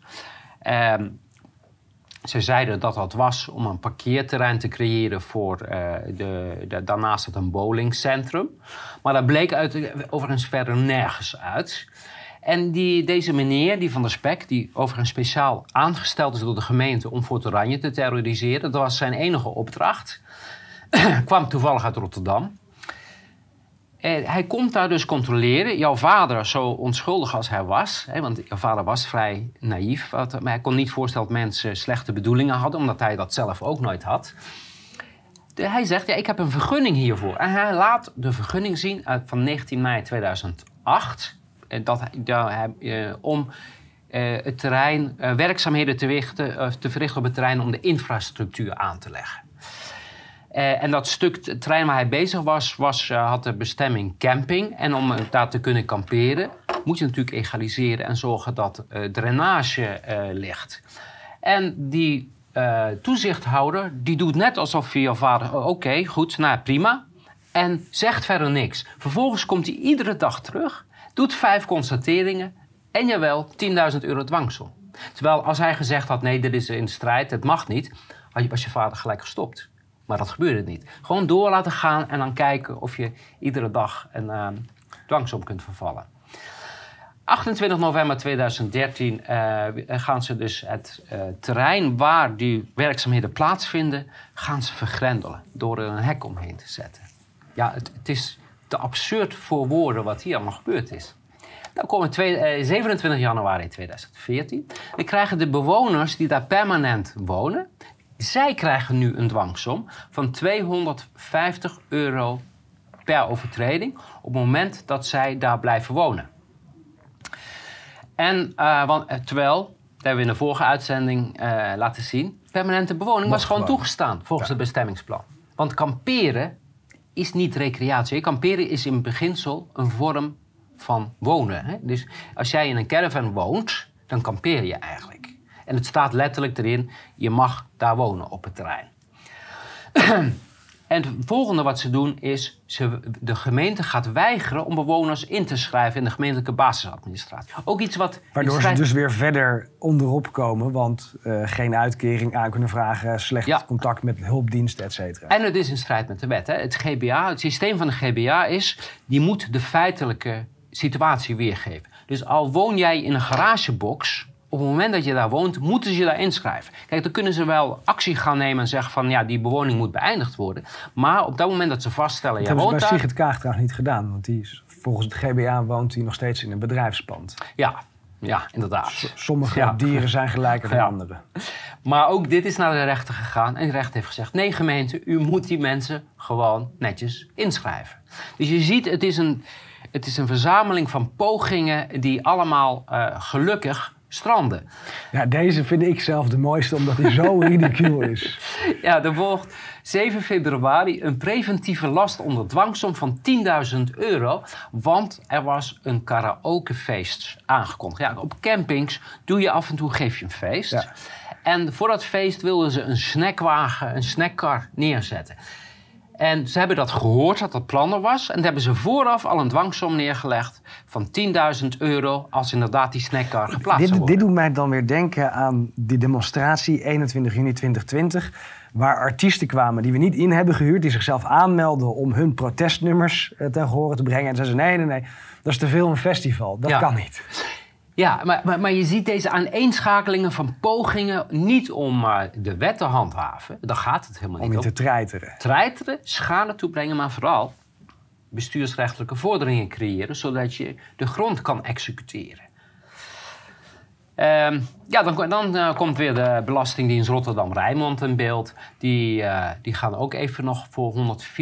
Ze zeiden dat dat was om een parkeerterrein te creëren voor daarnaast het een bowlingcentrum. Maar dat bleek overigens verder nergens uit. En deze meneer, die Van der Spek, die overigens speciaal aangesteld is door de gemeente om Fort Oranje te terroriseren, dat was zijn enige opdracht, kwam toevallig uit Rotterdam. Hij komt daar dus controleren. Jouw vader, zo onschuldig als hij was, want jouw vader was vrij naïef, maar hij kon niet voorstellen dat mensen slechte bedoelingen hadden, omdat hij dat zelf ook nooit had. Hij zegt, ja, ik heb een vergunning hiervoor. En hij laat de vergunning zien van 19 mei 2008, om het terrein, werkzaamheden te verrichten op het terrein om de infrastructuur aan te leggen. En dat stuk terrein waar hij bezig was had de bestemming camping. En om daar te kunnen kamperen moet je natuurlijk egaliseren en zorgen dat drainage ligt. En die toezichthouder die doet net alsof je vader, oké, goed, nou prima. En zegt verder niks. Vervolgens komt hij iedere dag terug, doet 5 constateringen en jawel, €10.000 dwangsom. Terwijl als hij gezegd had, nee, dit is in strijd, het mag niet, was je vader gelijk gestopt. Maar dat gebeurde niet. Gewoon door laten gaan en dan kijken of je iedere dag een dwangsom kunt vervallen. 28 november 2013 gaan ze dus het terrein waar die werkzaamheden plaatsvinden, gaan ze vergrendelen door er een hek omheen te zetten. Ja, het is te absurd voor woorden wat hier allemaal gebeurd is. Dan komen 27 januari 2014. Dan krijgen de bewoners die daar permanent wonen, zij krijgen nu een dwangsom van €250 per overtreding op het moment dat zij daar blijven wonen. En terwijl, dat hebben we in de vorige uitzending laten zien, permanente bewoning was gewoon toegestaan volgens het bestemmingsplan. Want kamperen is niet recreatie. Kamperen is in beginsel een vorm van wonen. Hè? Dus als jij in een caravan woont, dan kampeer je eigenlijk. En het staat letterlijk erin, je mag daar wonen op het terrein. En het volgende wat ze doen is, de gemeente gaat weigeren om bewoners in te schrijven in de gemeentelijke basisadministratie. Ook iets wat... Waardoor ze dus weer verder onderop komen, want geen uitkering aan kunnen vragen, slecht contact met hulpdiensten, et cetera. En het is in strijd met de wet. Hè. Het GBA, het systeem van de GBA is, die moet de feitelijke situatie weergeven. Dus al woon jij in een garagebox op het moment dat je daar woont, moeten ze je daar inschrijven. Kijk, dan kunnen ze wel actie gaan nemen en zeggen van... ja, die bewoning moet beëindigd worden. Maar op dat moment dat ze vaststellen... Dat hebben ze bij Sigrid Kaag trouwens niet gedaan. Want die is, volgens het GBA woont hij nog steeds in een bedrijfspand. Ja, inderdaad. Sommige dieren zijn gelijker dan andere. Maar ook dit is naar de rechter gegaan. En de rechter heeft gezegd... nee, gemeente, u moet die mensen gewoon netjes inschrijven. Dus je ziet, het is een verzameling van pogingen... die allemaal gelukkig stranden. Ja, deze vind ik zelf de mooiste, omdat hij zo ridicuul is. Ja, er volgt 7 februari een preventieve last onder dwangsom van €10.000... want er was een karaokefeest aangekondigd. Ja, op campings doe je af en toe, geef je een feest. Ja. En voor dat feest wilden ze een snackwagen, een snackkar neerzetten. En ze hebben dat gehoord, dat dat plan er was. En daar hebben ze vooraf al een dwangsom neergelegd van €10.000... als inderdaad die snackcar geplaatst zou worden. Dit doet mij dan weer denken aan die demonstratie 21 juni 2020... waar artiesten kwamen die we niet in hebben gehuurd... die zichzelf aanmelden om hun protestnummers ten gehore te brengen. En zeiden ze, nee, dat is te veel een festival. Dat kan niet. Ja, maar je ziet deze aaneenschakelingen van pogingen... niet om de wet te handhaven. Daar gaat het helemaal niet om. Om je te treiteren. Treiteren, schade toebrengen, maar vooral... bestuursrechtelijke vorderingen creëren... zodat je de grond kan executeren. Dan komt weer de Belastingdienst Rotterdam-Rijnmond in beeld. Die gaan ook even nog voor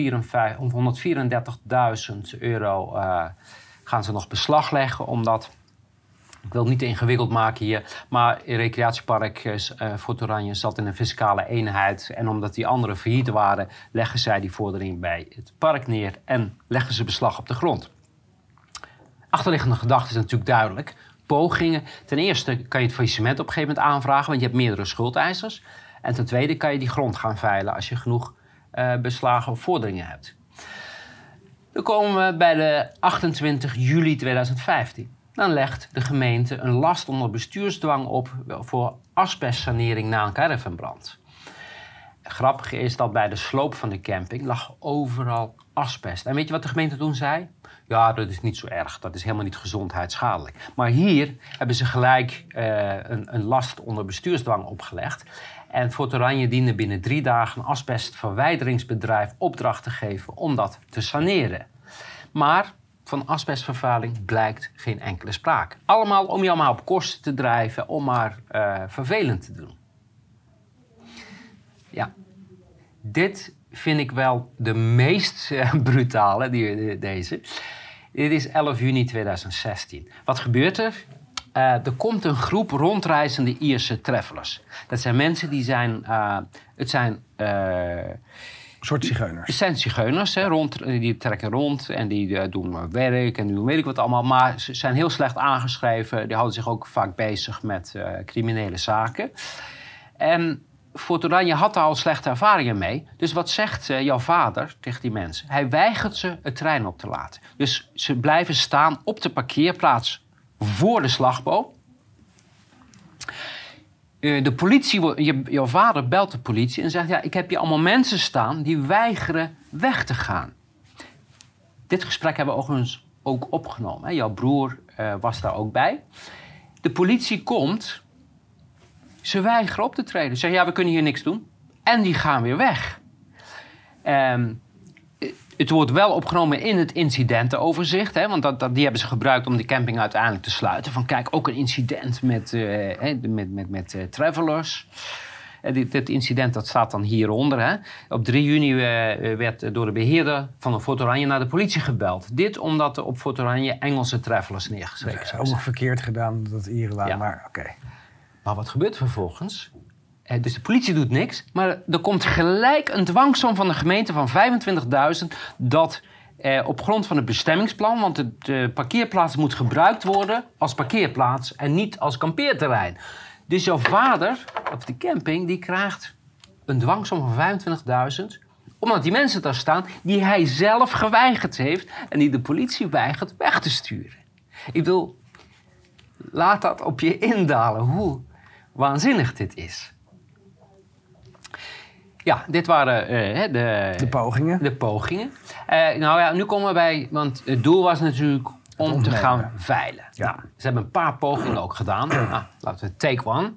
€134.000... gaan ze nog beslag leggen, omdat... Ik wil het niet te ingewikkeld maken hier, maar het recreatiepark Fort Oranje zat in een fiscale eenheid. En omdat die anderen failliet waren, leggen zij die vordering bij het park neer en leggen ze beslag op de grond. Achterliggende gedachte is natuurlijk duidelijk. Pogingen. Ten eerste kan je het faillissement op een gegeven moment aanvragen, want je hebt meerdere schuldeisers. En ten tweede kan je die grond gaan veilen als je genoeg beslagen of vorderingen hebt. Dan komen we bij de 28 juli 2015. Dan legt de gemeente een last onder bestuursdwang op voor asbestsanering na een caravanbrand. Grappig is dat bij de sloop van de camping lag overal asbest. En weet je wat de gemeente toen zei? Ja, dat is niet zo erg. Dat is helemaal niet gezondheidsschadelijk. Maar hier hebben ze gelijk een last onder bestuursdwang opgelegd. En Fort Oranje diende binnen 3 dagen een asbestverwijderingsbedrijf opdracht te geven om dat te saneren. Maar van asbestvervuiling blijkt geen enkele sprake. Allemaal om jou maar op kosten te drijven, om maar vervelend te doen. Ja, dit vind ik wel de meest brutale, deze. Dit is 11 juni 2016. Wat gebeurt er? Er komt een groep rondreizende Ierse travelers. Dat zijn mensen die zijn... Een soort zigeuners. Het zijn zigeuners, die trekken rond en die doen werk en doen weet ik wat allemaal. Maar ze zijn heel slecht aangeschreven. Die houden zich ook vaak bezig met criminele zaken. En Fort Oranje had daar al slechte ervaringen mee. Dus wat zegt jouw vader tegen die mensen? Hij weigert ze het terrein op te laten. Dus ze blijven staan op de parkeerplaats voor de slagboom. De politie, jouw vader belt de politie en zegt... ja, ik heb hier allemaal mensen staan die weigeren weg te gaan. Dit gesprek hebben we overigens ook opgenomen. Hè? Jouw broer was daar ook bij. De politie komt. Ze weigeren op te treden. Ze zeggen, ja, we kunnen hier niks doen. En die gaan weer weg. Het wordt wel opgenomen in het incidentenoverzicht. Hè, want die hebben ze gebruikt om de camping uiteindelijk te sluiten. Van kijk, ook een incident met travelers. Dit incident dat staat dan hieronder. Hè. Op 3 juni werd door de beheerder van de Fort Oranje naar de politie gebeld. Dit omdat er op Fort Oranje Engelse travelers neergeschreven zijn. Dat is ook nog verkeerd gedaan dat Ieren waren, ja. Maar oké. Maar wat gebeurt vervolgens? Dus de politie doet niks, maar er komt gelijk een dwangsom van de gemeente van 25.000... dat op grond van het bestemmingsplan, want de parkeerplaats moet gebruikt worden als parkeerplaats en niet als kampeerterrein. Dus jouw vader, op de camping, die krijgt een dwangsom van 25.000... omdat die mensen daar staan die hij zelf geweigerd heeft en die de politie weigert weg te sturen. Ik bedoel, laat dat op je indalen, hoe waanzinnig dit is. Ja, dit waren de pogingen. De pogingen. Nu komen we bij, want het doel was natuurlijk om te gaan veilen. Ja. Ze hebben een paar pogingen ook gedaan. Nou, laten we take one.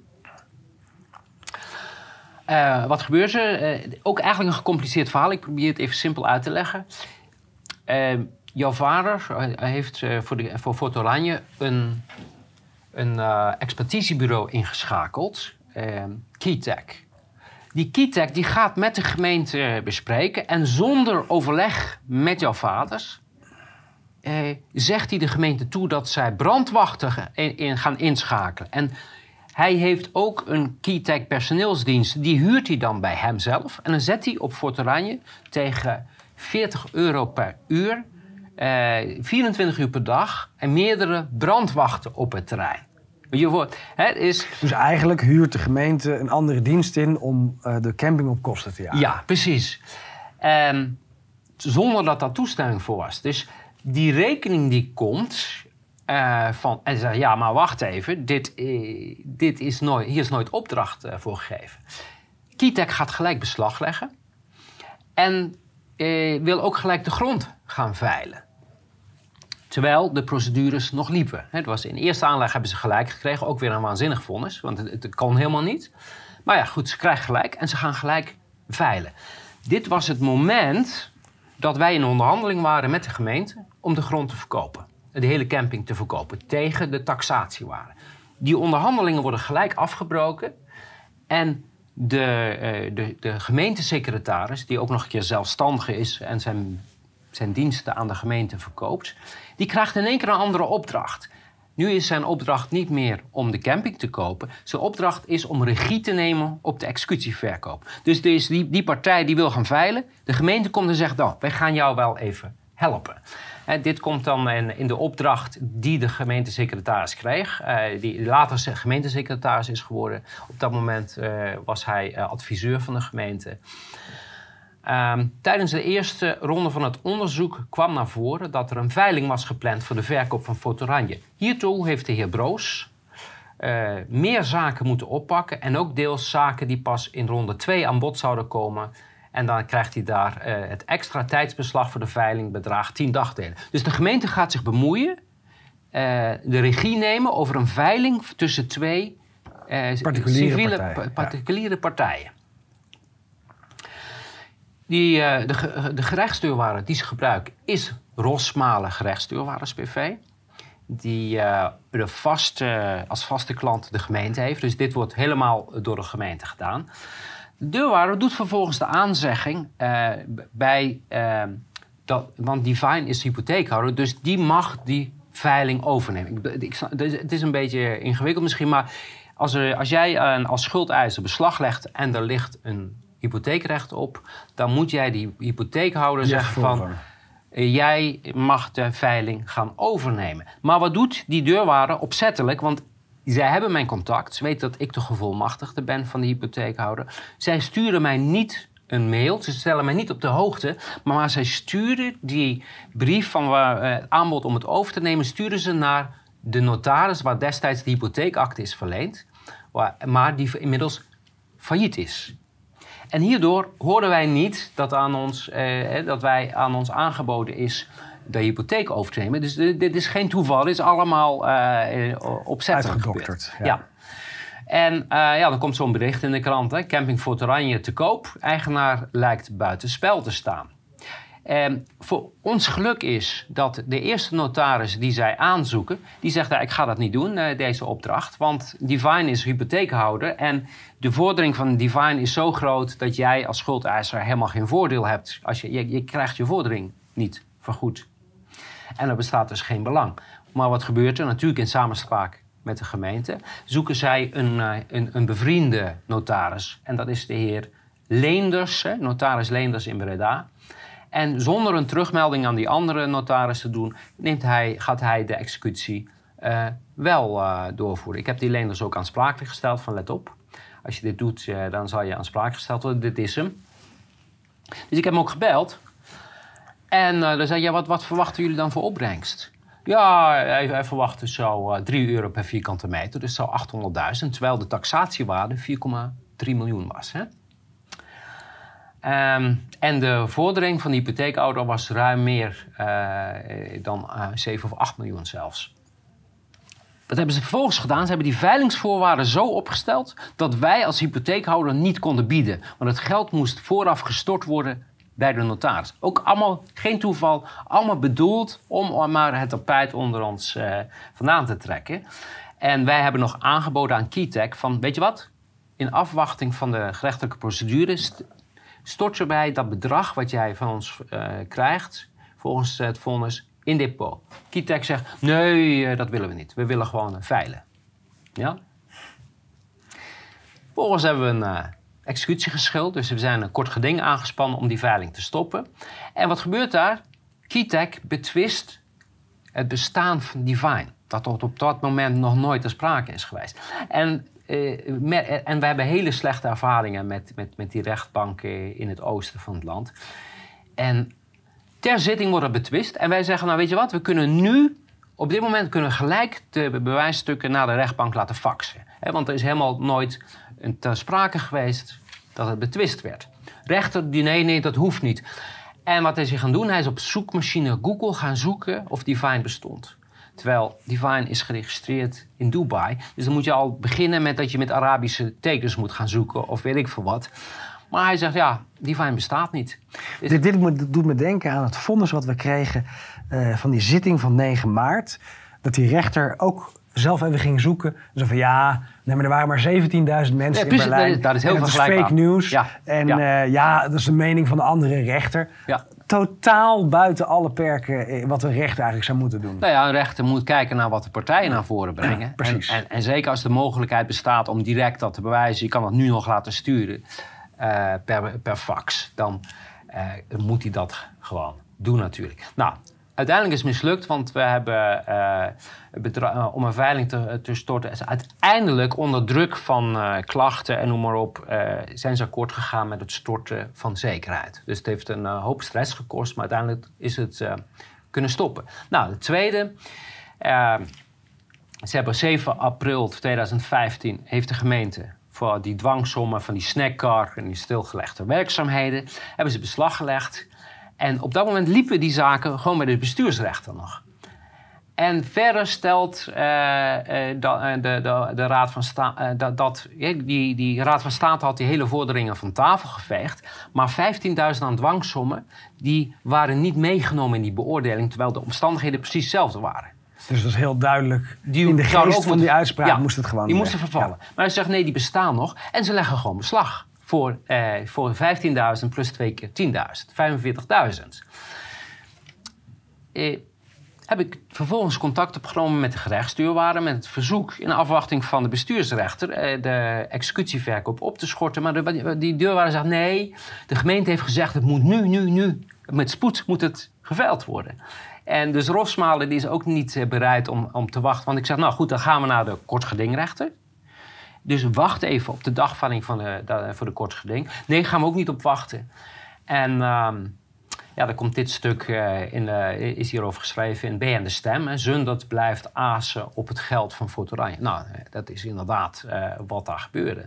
Wat gebeurt er? Ook eigenlijk een gecompliceerd verhaal. Ik probeer het even simpel uit te leggen. Jouw vader heeft voor Fort Oranje een expertisebureau ingeschakeld. Keytech. Die Keytech die gaat met de gemeente bespreken. En zonder overleg met jouw vaders zegt hij de gemeente toe dat zij brandwachten gaan inschakelen. En hij heeft ook een Keytech personeelsdienst. Die huurt hij dan bij hemzelf. En dan zet hij op Fort Oranje tegen €40 per uur. 24 uur per dag. En meerdere brandwachten op het terrein. Dus eigenlijk huurt de gemeente een andere dienst in om de camping op kosten te jagen. Ja, precies. Zonder dat daar toestemming voor was. Dus die rekening die komt van... En ze zeggen, ja, maar wacht even. Hier is nooit opdracht voor gegeven. Keytech gaat gelijk beslag leggen. En wil ook gelijk de grond gaan veilen. Terwijl de procedures nog liepen. Het was in eerste aanleg hebben ze gelijk gekregen. Ook weer een waanzinnig vonnis. Want het kon helemaal niet. Maar ja, goed, ze krijgen gelijk. En ze gaan gelijk veilen. Dit was het moment dat wij in onderhandeling waren met de gemeente om de grond te verkopen. De hele camping te verkopen. Tegen de taxatiewaarde. Die onderhandelingen worden gelijk afgebroken. En de gemeentesecretaris, die ook nog een keer zelfstandig is en zijn diensten aan de gemeente verkoopt, die krijgt in één keer een andere opdracht. Nu is zijn opdracht niet meer om de camping te kopen. Zijn opdracht is om regie te nemen op de executieverkoop. Dus er is die partij die wil gaan veilen. De gemeente komt en zegt, wij gaan jou wel even helpen. Dit komt dan in de opdracht die de gemeentesecretaris kreeg. Die later gemeentesecretaris is geworden. Op dat moment was hij adviseur van de gemeente. Tijdens de eerste ronde van het onderzoek kwam naar voren dat er een veiling was gepland voor de verkoop van Fort Oranje. Hiertoe heeft de heer Broos meer zaken moeten oppakken en ook deels zaken die pas in ronde 2 aan bod zouden komen. En dan krijgt hij daar het extra tijdsbeslag voor de veiling bedraagt 10 dagdelen. Dus de gemeente gaat zich bemoeien, de regie nemen over een veiling tussen twee particuliere partijen. De gerechtsdeurwaarder die ze gebruiken is Rosmalen Gerechtsdeurwaarders BV. Die als vaste klant de gemeente heeft. Dus dit wordt helemaal door de gemeente gedaan. De deurwaarder doet vervolgens de aanzegging want Divine is hypotheekhouder, dus die mag die veiling overnemen. Het is een beetje ingewikkeld misschien, maar als jij als schuldeiser beslag legt en er ligt een hypotheekrecht op, dan moet jij die hypotheekhouder zeggen van, jij mag de veiling gaan overnemen. Maar wat doet die deurwaarder opzettelijk? Want zij hebben mijn contact. Ze weten dat ik de gevolmachtigde ben van de hypotheekhouder. Zij sturen mij niet een mail. Ze stellen mij niet op de hoogte. Maar zij sturen die brief van het aanbod om het over te nemen, sturen ze naar de notaris waar destijds de hypotheekakte is verleend. Maar die inmiddels failliet is. En hierdoor hoorden wij niet dat wij aan ons aangeboden is de hypotheek over te nemen. Dus dit is geen toeval. Dit is allemaal opzettelijk uitgedokterd. Ja. En dan komt zo'n bericht in de krant. Hè? Camping Fort Oranje te koop. Eigenaar lijkt buitenspel te staan. Voor ons geluk is dat de eerste notaris die zij aanzoeken, die zegt, ik ga dat niet doen, deze opdracht. Want Divine is hypotheekhouder en de vordering van Divine is zo groot dat jij als schuldeiser helemaal geen voordeel hebt. Je krijgt je vordering niet vergoed. En er bestaat dus geen belang. Maar wat gebeurt er? Natuurlijk in samenspraak met de gemeente zoeken zij een bevriende notaris. En dat is de heer Leenders, notaris Leenders in Breda. En zonder een terugmelding aan die andere notaris te doen, gaat hij de executie wel doorvoeren. Ik heb die Leenders ook aansprakelijk gesteld van let op. Als je dit doet, dan zal je aansprakelijk gesteld worden. Dit is hem. Dus ik heb hem ook gebeld. En dan zei hij, wat verwachten jullie dan voor opbrengst? Ja, hij verwacht dus zo €3 per vierkante meter. Dus zo 800.000. Terwijl de taxatiewaarde 4,3 miljoen was. Hè? En de vordering van de hypotheekouder was ruim meer dan 7 of 8 miljoen zelfs. Wat hebben ze vervolgens gedaan? Ze hebben die veilingsvoorwaarden zo opgesteld dat wij als hypotheekhouder niet konden bieden. Want het geld moest vooraf gestort worden bij de notaris. Ook allemaal, geen toeval, allemaal bedoeld om maar het tapijt onder ons vandaan te trekken. En wij hebben nog aangeboden aan Keytech van, weet je wat? In afwachting van de gerechtelijke procedure stort je bij dat bedrag wat jij van ons krijgt, volgens het vonnis, in depot. Keytech zegt, nee, dat willen we niet. We willen gewoon veilen. Ja? Vervolgens hebben we een executie geschild. Dus we zijn een kort geding aangespannen om die veiling te stoppen. En wat gebeurt daar? Keytech betwist het bestaan van Divine. Dat tot op dat moment nog nooit ter sprake is geweest. En we hebben hele slechte ervaringen met die rechtbanken in het oosten van het land. En ter zitting wordt dat betwist. En wij zeggen, nou weet je wat, we kunnen nu, op dit moment kunnen we gelijk de bewijsstukken naar de rechtbank laten faxen. Want er is helemaal nooit ter sprake geweest dat het betwist werd. Rechter, nee, dat hoeft niet. En wat is hij gaan doen? Hij is op zoekmachine Google gaan zoeken of Divine bestond. Terwijl Divine is geregistreerd in Dubai. Dus dan moet je al beginnen met dat je met Arabische tekens moet gaan zoeken of weet ik veel wat. Maar hij zegt, ja, Divine bestaat niet. Dit doet me denken aan het vonnis wat we kregen van die zitting van 9 maart. Dat die rechter ook zelf even ging zoeken. Dus van nee, maar er waren maar 17.000 mensen in Berlijn. Dat is heel en vergelijkbaar. Dat is fake news. Ja. En dat is de mening van de andere rechter. Ja. Totaal buiten alle perken wat een rechter eigenlijk zou moeten doen. Nou ja, een rechter moet kijken naar wat de partijen naar voren brengen. Ja, precies. En zeker als de mogelijkheid bestaat om direct dat te bewijzen. Je kan dat nu nog laten sturen per fax. Dan moet hij dat gewoon doen natuurlijk. Nou, uiteindelijk is het mislukt, want we hebben om een veiling te storten. Is uiteindelijk onder druk van klachten en noem maar op, zijn ze akkoord gegaan met het storten van zekerheid. Dus het heeft een hoop stress gekost, maar uiteindelijk is het kunnen stoppen. Nou, de tweede. Ze hebben 7 april 2015 heeft de gemeente voor die dwangsommen van die snackcar en die stilgelegde werkzaamheden hebben ze beslag gelegd. En op dat moment liepen die zaken gewoon bij de bestuursrechter nog. En verder stelt de Raad van State die Raad van State had die hele vorderingen van tafel geveegd. Maar 15.000 aan dwangsommen die waren niet meegenomen in die beoordeling, terwijl de omstandigheden precies hetzelfde waren. Dus dat is heel duidelijk. In de geest van die uitspraak moest het gewoon. Die moesten vervallen. Ja. Maar hij zegt nee, die bestaan nog. En ze leggen gewoon beslag. Voor 15.000 plus 2 keer 10.000. 45.000. Heb ik vervolgens contact opgenomen met de gerechtsdeurwaarder met het verzoek in afwachting van de bestuursrechter de executieverkoop op te schorten. Maar die deurwaarder zegt nee, de gemeente heeft gezegd het moet nu. Met spoed moet het geveild worden. En dus Rosmalen die is ook niet bereid om te wachten. Want ik zeg, nou goed, dan gaan we naar de kortgedingrechter. Dus wacht even op de dagvatting voor de kortgeding. Nee, gaan we ook niet op wachten. En dan komt dit stuk, is hierover geschreven in BN De Stem. En Zundert blijft azen op het geld van Fort Oranje. Nou, dat is inderdaad wat daar gebeurde.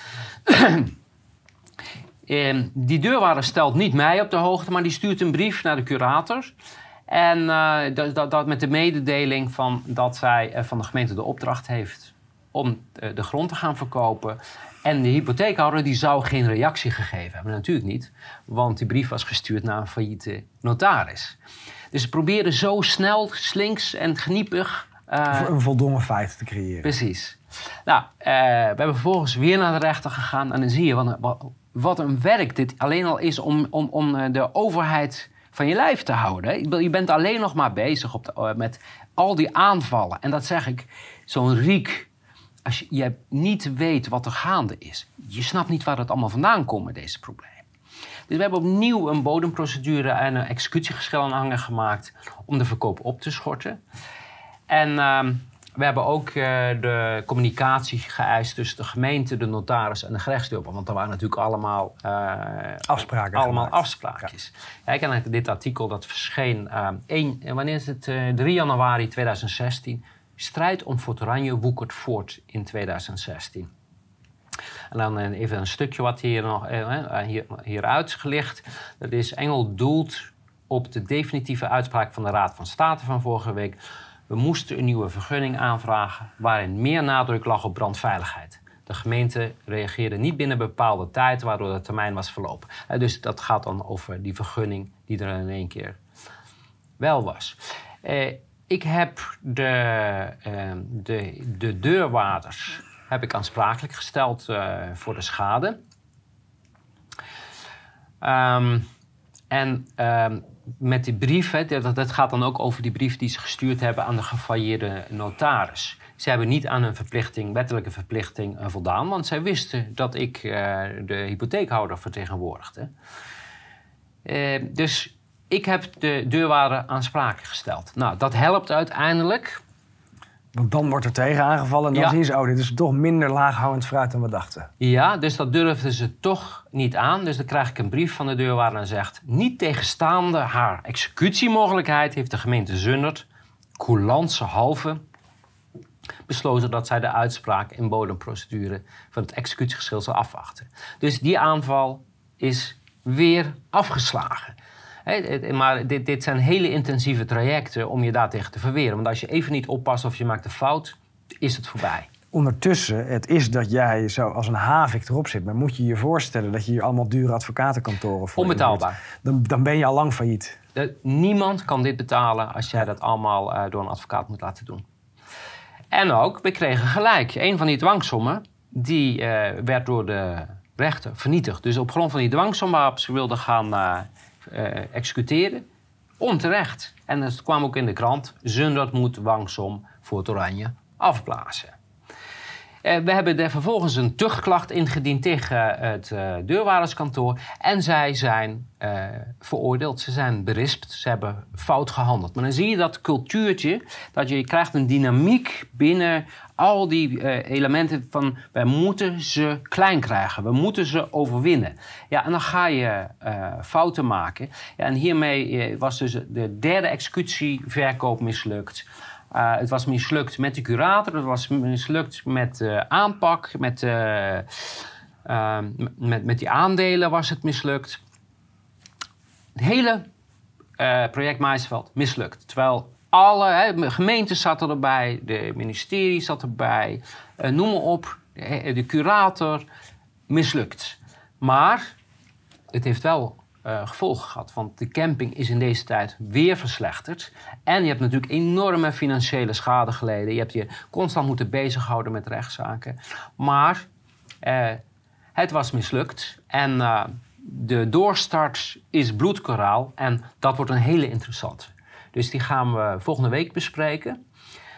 Die deurwaarder stelt niet mij op de hoogte, maar die stuurt een brief naar de curator. En dat met de mededeling van dat zij van de gemeente de opdracht heeft om de grond te gaan verkopen. En de hypotheekhouder die zou geen reactie gegeven hebben. Natuurlijk niet, want die brief was gestuurd naar een failliete notaris. Dus ze probeerden zo snel, slinks en geniepig een voldongen feit te creëren. Precies. Nou, we hebben vervolgens weer naar de rechter gegaan. En dan zie je wat een werk dit alleen al is om de overheid van je lijf te houden. Je bent alleen nog maar bezig met al die aanvallen. En dat zeg ik, zo'n riek, als je niet weet wat er gaande is. Je snapt niet waar het allemaal vandaan komt met deze problemen. Dus we hebben opnieuw een bodemprocedure en een executiegeschil aanhanger gemaakt om de verkoop op te schorten. En we hebben ook de communicatie geëist tussen de gemeente, de notaris en de gerechtsdeurwaarder. Want er waren natuurlijk allemaal afspraken. Allemaal afspraakjes. Ja. Ik ken dit artikel, dat verscheen 3 januari 2016. Strijd om Fort Oranje woekert voort in 2016. En dan even een stukje wat hier nog hieruit gelicht. Dat is Engel doelt op de definitieve uitspraak van de Raad van State van vorige week. We moesten een nieuwe vergunning aanvragen waarin meer nadruk lag op brandveiligheid. De gemeente reageerde niet binnen bepaalde tijd, waardoor de termijn was verlopen. Dus dat gaat dan over die vergunning die er in één keer wel was. Ik heb de deurwaarders aansprakelijk gesteld voor de schade. Met die brief, dat gaat dan ook over die brief die ze gestuurd hebben aan de gefailleerde notaris. Ze hebben niet aan hun wettelijke verplichting voldaan, want zij wisten dat ik de hypotheekhouder vertegenwoordigde. Dus ik heb de deurwaarder aansprakelijk gesteld. Nou, dat helpt uiteindelijk. Want dan wordt er tegen aangevallen en dan zien ze, dit is toch minder laaghangend fruit dan we dachten. Ja, dus dat durfden ze toch niet aan. Dus dan krijg ik een brief van de deurwaarder en zegt, niet tegenstaande haar executiemogelijkheid heeft de gemeente Zundert, coulancehalve, besloten dat zij de uitspraak in bodemprocedure van het executiegeschil zal afwachten. Dus die aanval is weer afgeslagen. Maar dit zijn hele intensieve trajecten om je daartegen te verweren. Want als je even niet oppast of je maakt een fout, is het voorbij. Ondertussen, het is dat jij zo als een havik erop zit. Maar moet je je voorstellen dat je hier allemaal dure advocatenkantoren voor onbetaalbaar. Dan ben je al lang failliet. Niemand kan dit betalen als jij dat allemaal door een advocaat moet laten doen. En ook, we kregen gelijk. Een van die dwangsommen, die werd door de rechter vernietigd. Dus op grond van die dwangsom waarop ze wilden gaan executeren, onterecht. En het kwam ook in de krant, Zundert moet dwangsom voor het Oranje afblazen. We hebben vervolgens een tuchtklacht ingediend tegen het deurwaarderskantoor. En zij zijn veroordeeld, ze zijn berispt, ze hebben fout gehandeld. Maar dan zie je dat cultuurtje, dat je krijgt een dynamiek binnen al die elementen van, wij moeten ze klein krijgen, we moeten ze overwinnen. Ja, en dan ga je fouten maken. Ja, en hiermee was dus de derde executieverkoop mislukt. Het was mislukt met de curator, het was mislukt met de aanpak, met die aandelen was het mislukt. Het hele project Maisveld mislukt. Terwijl alle gemeenten zaten erbij, de ministerie zat erbij, noem maar op, de curator mislukt. Maar het heeft wel gevolgen gehad. Want de camping is in deze tijd weer verslechterd. En je hebt natuurlijk enorme financiële schade geleden. Je hebt je constant moeten bezighouden met rechtszaken. Maar het was mislukt. En de doorstart is bloedkoraal. En dat wordt een hele interessante. Dus die gaan we volgende week bespreken.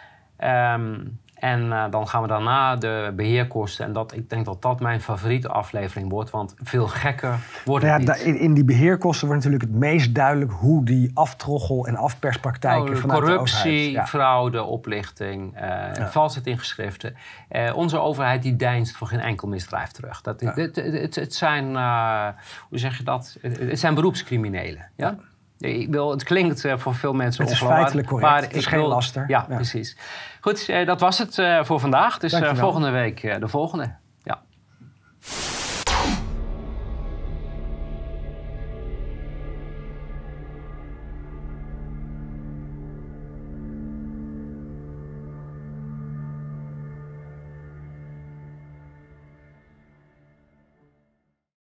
En dan gaan we daarna de beheerkosten. En ik denk dat dat mijn favoriete aflevering wordt. Want veel gekker wordt het niet. In die beheerkosten wordt natuurlijk het meest duidelijk hoe die aftroggel- en afperspraktijken vanuit corruptie, de overheid, fraude, oplichting, valsheid in geschriften. Onze overheid die deinst voor geen enkel misdrijf terug. Het zijn, hoe zeg je dat? Het zijn beroepscriminelen. Ja? Het klinkt voor veel mensen ongelooflijk. Het is feitelijk correct, het is geen laster. Ja, precies. Goed, dat was het voor vandaag. Dus volgende week de volgende.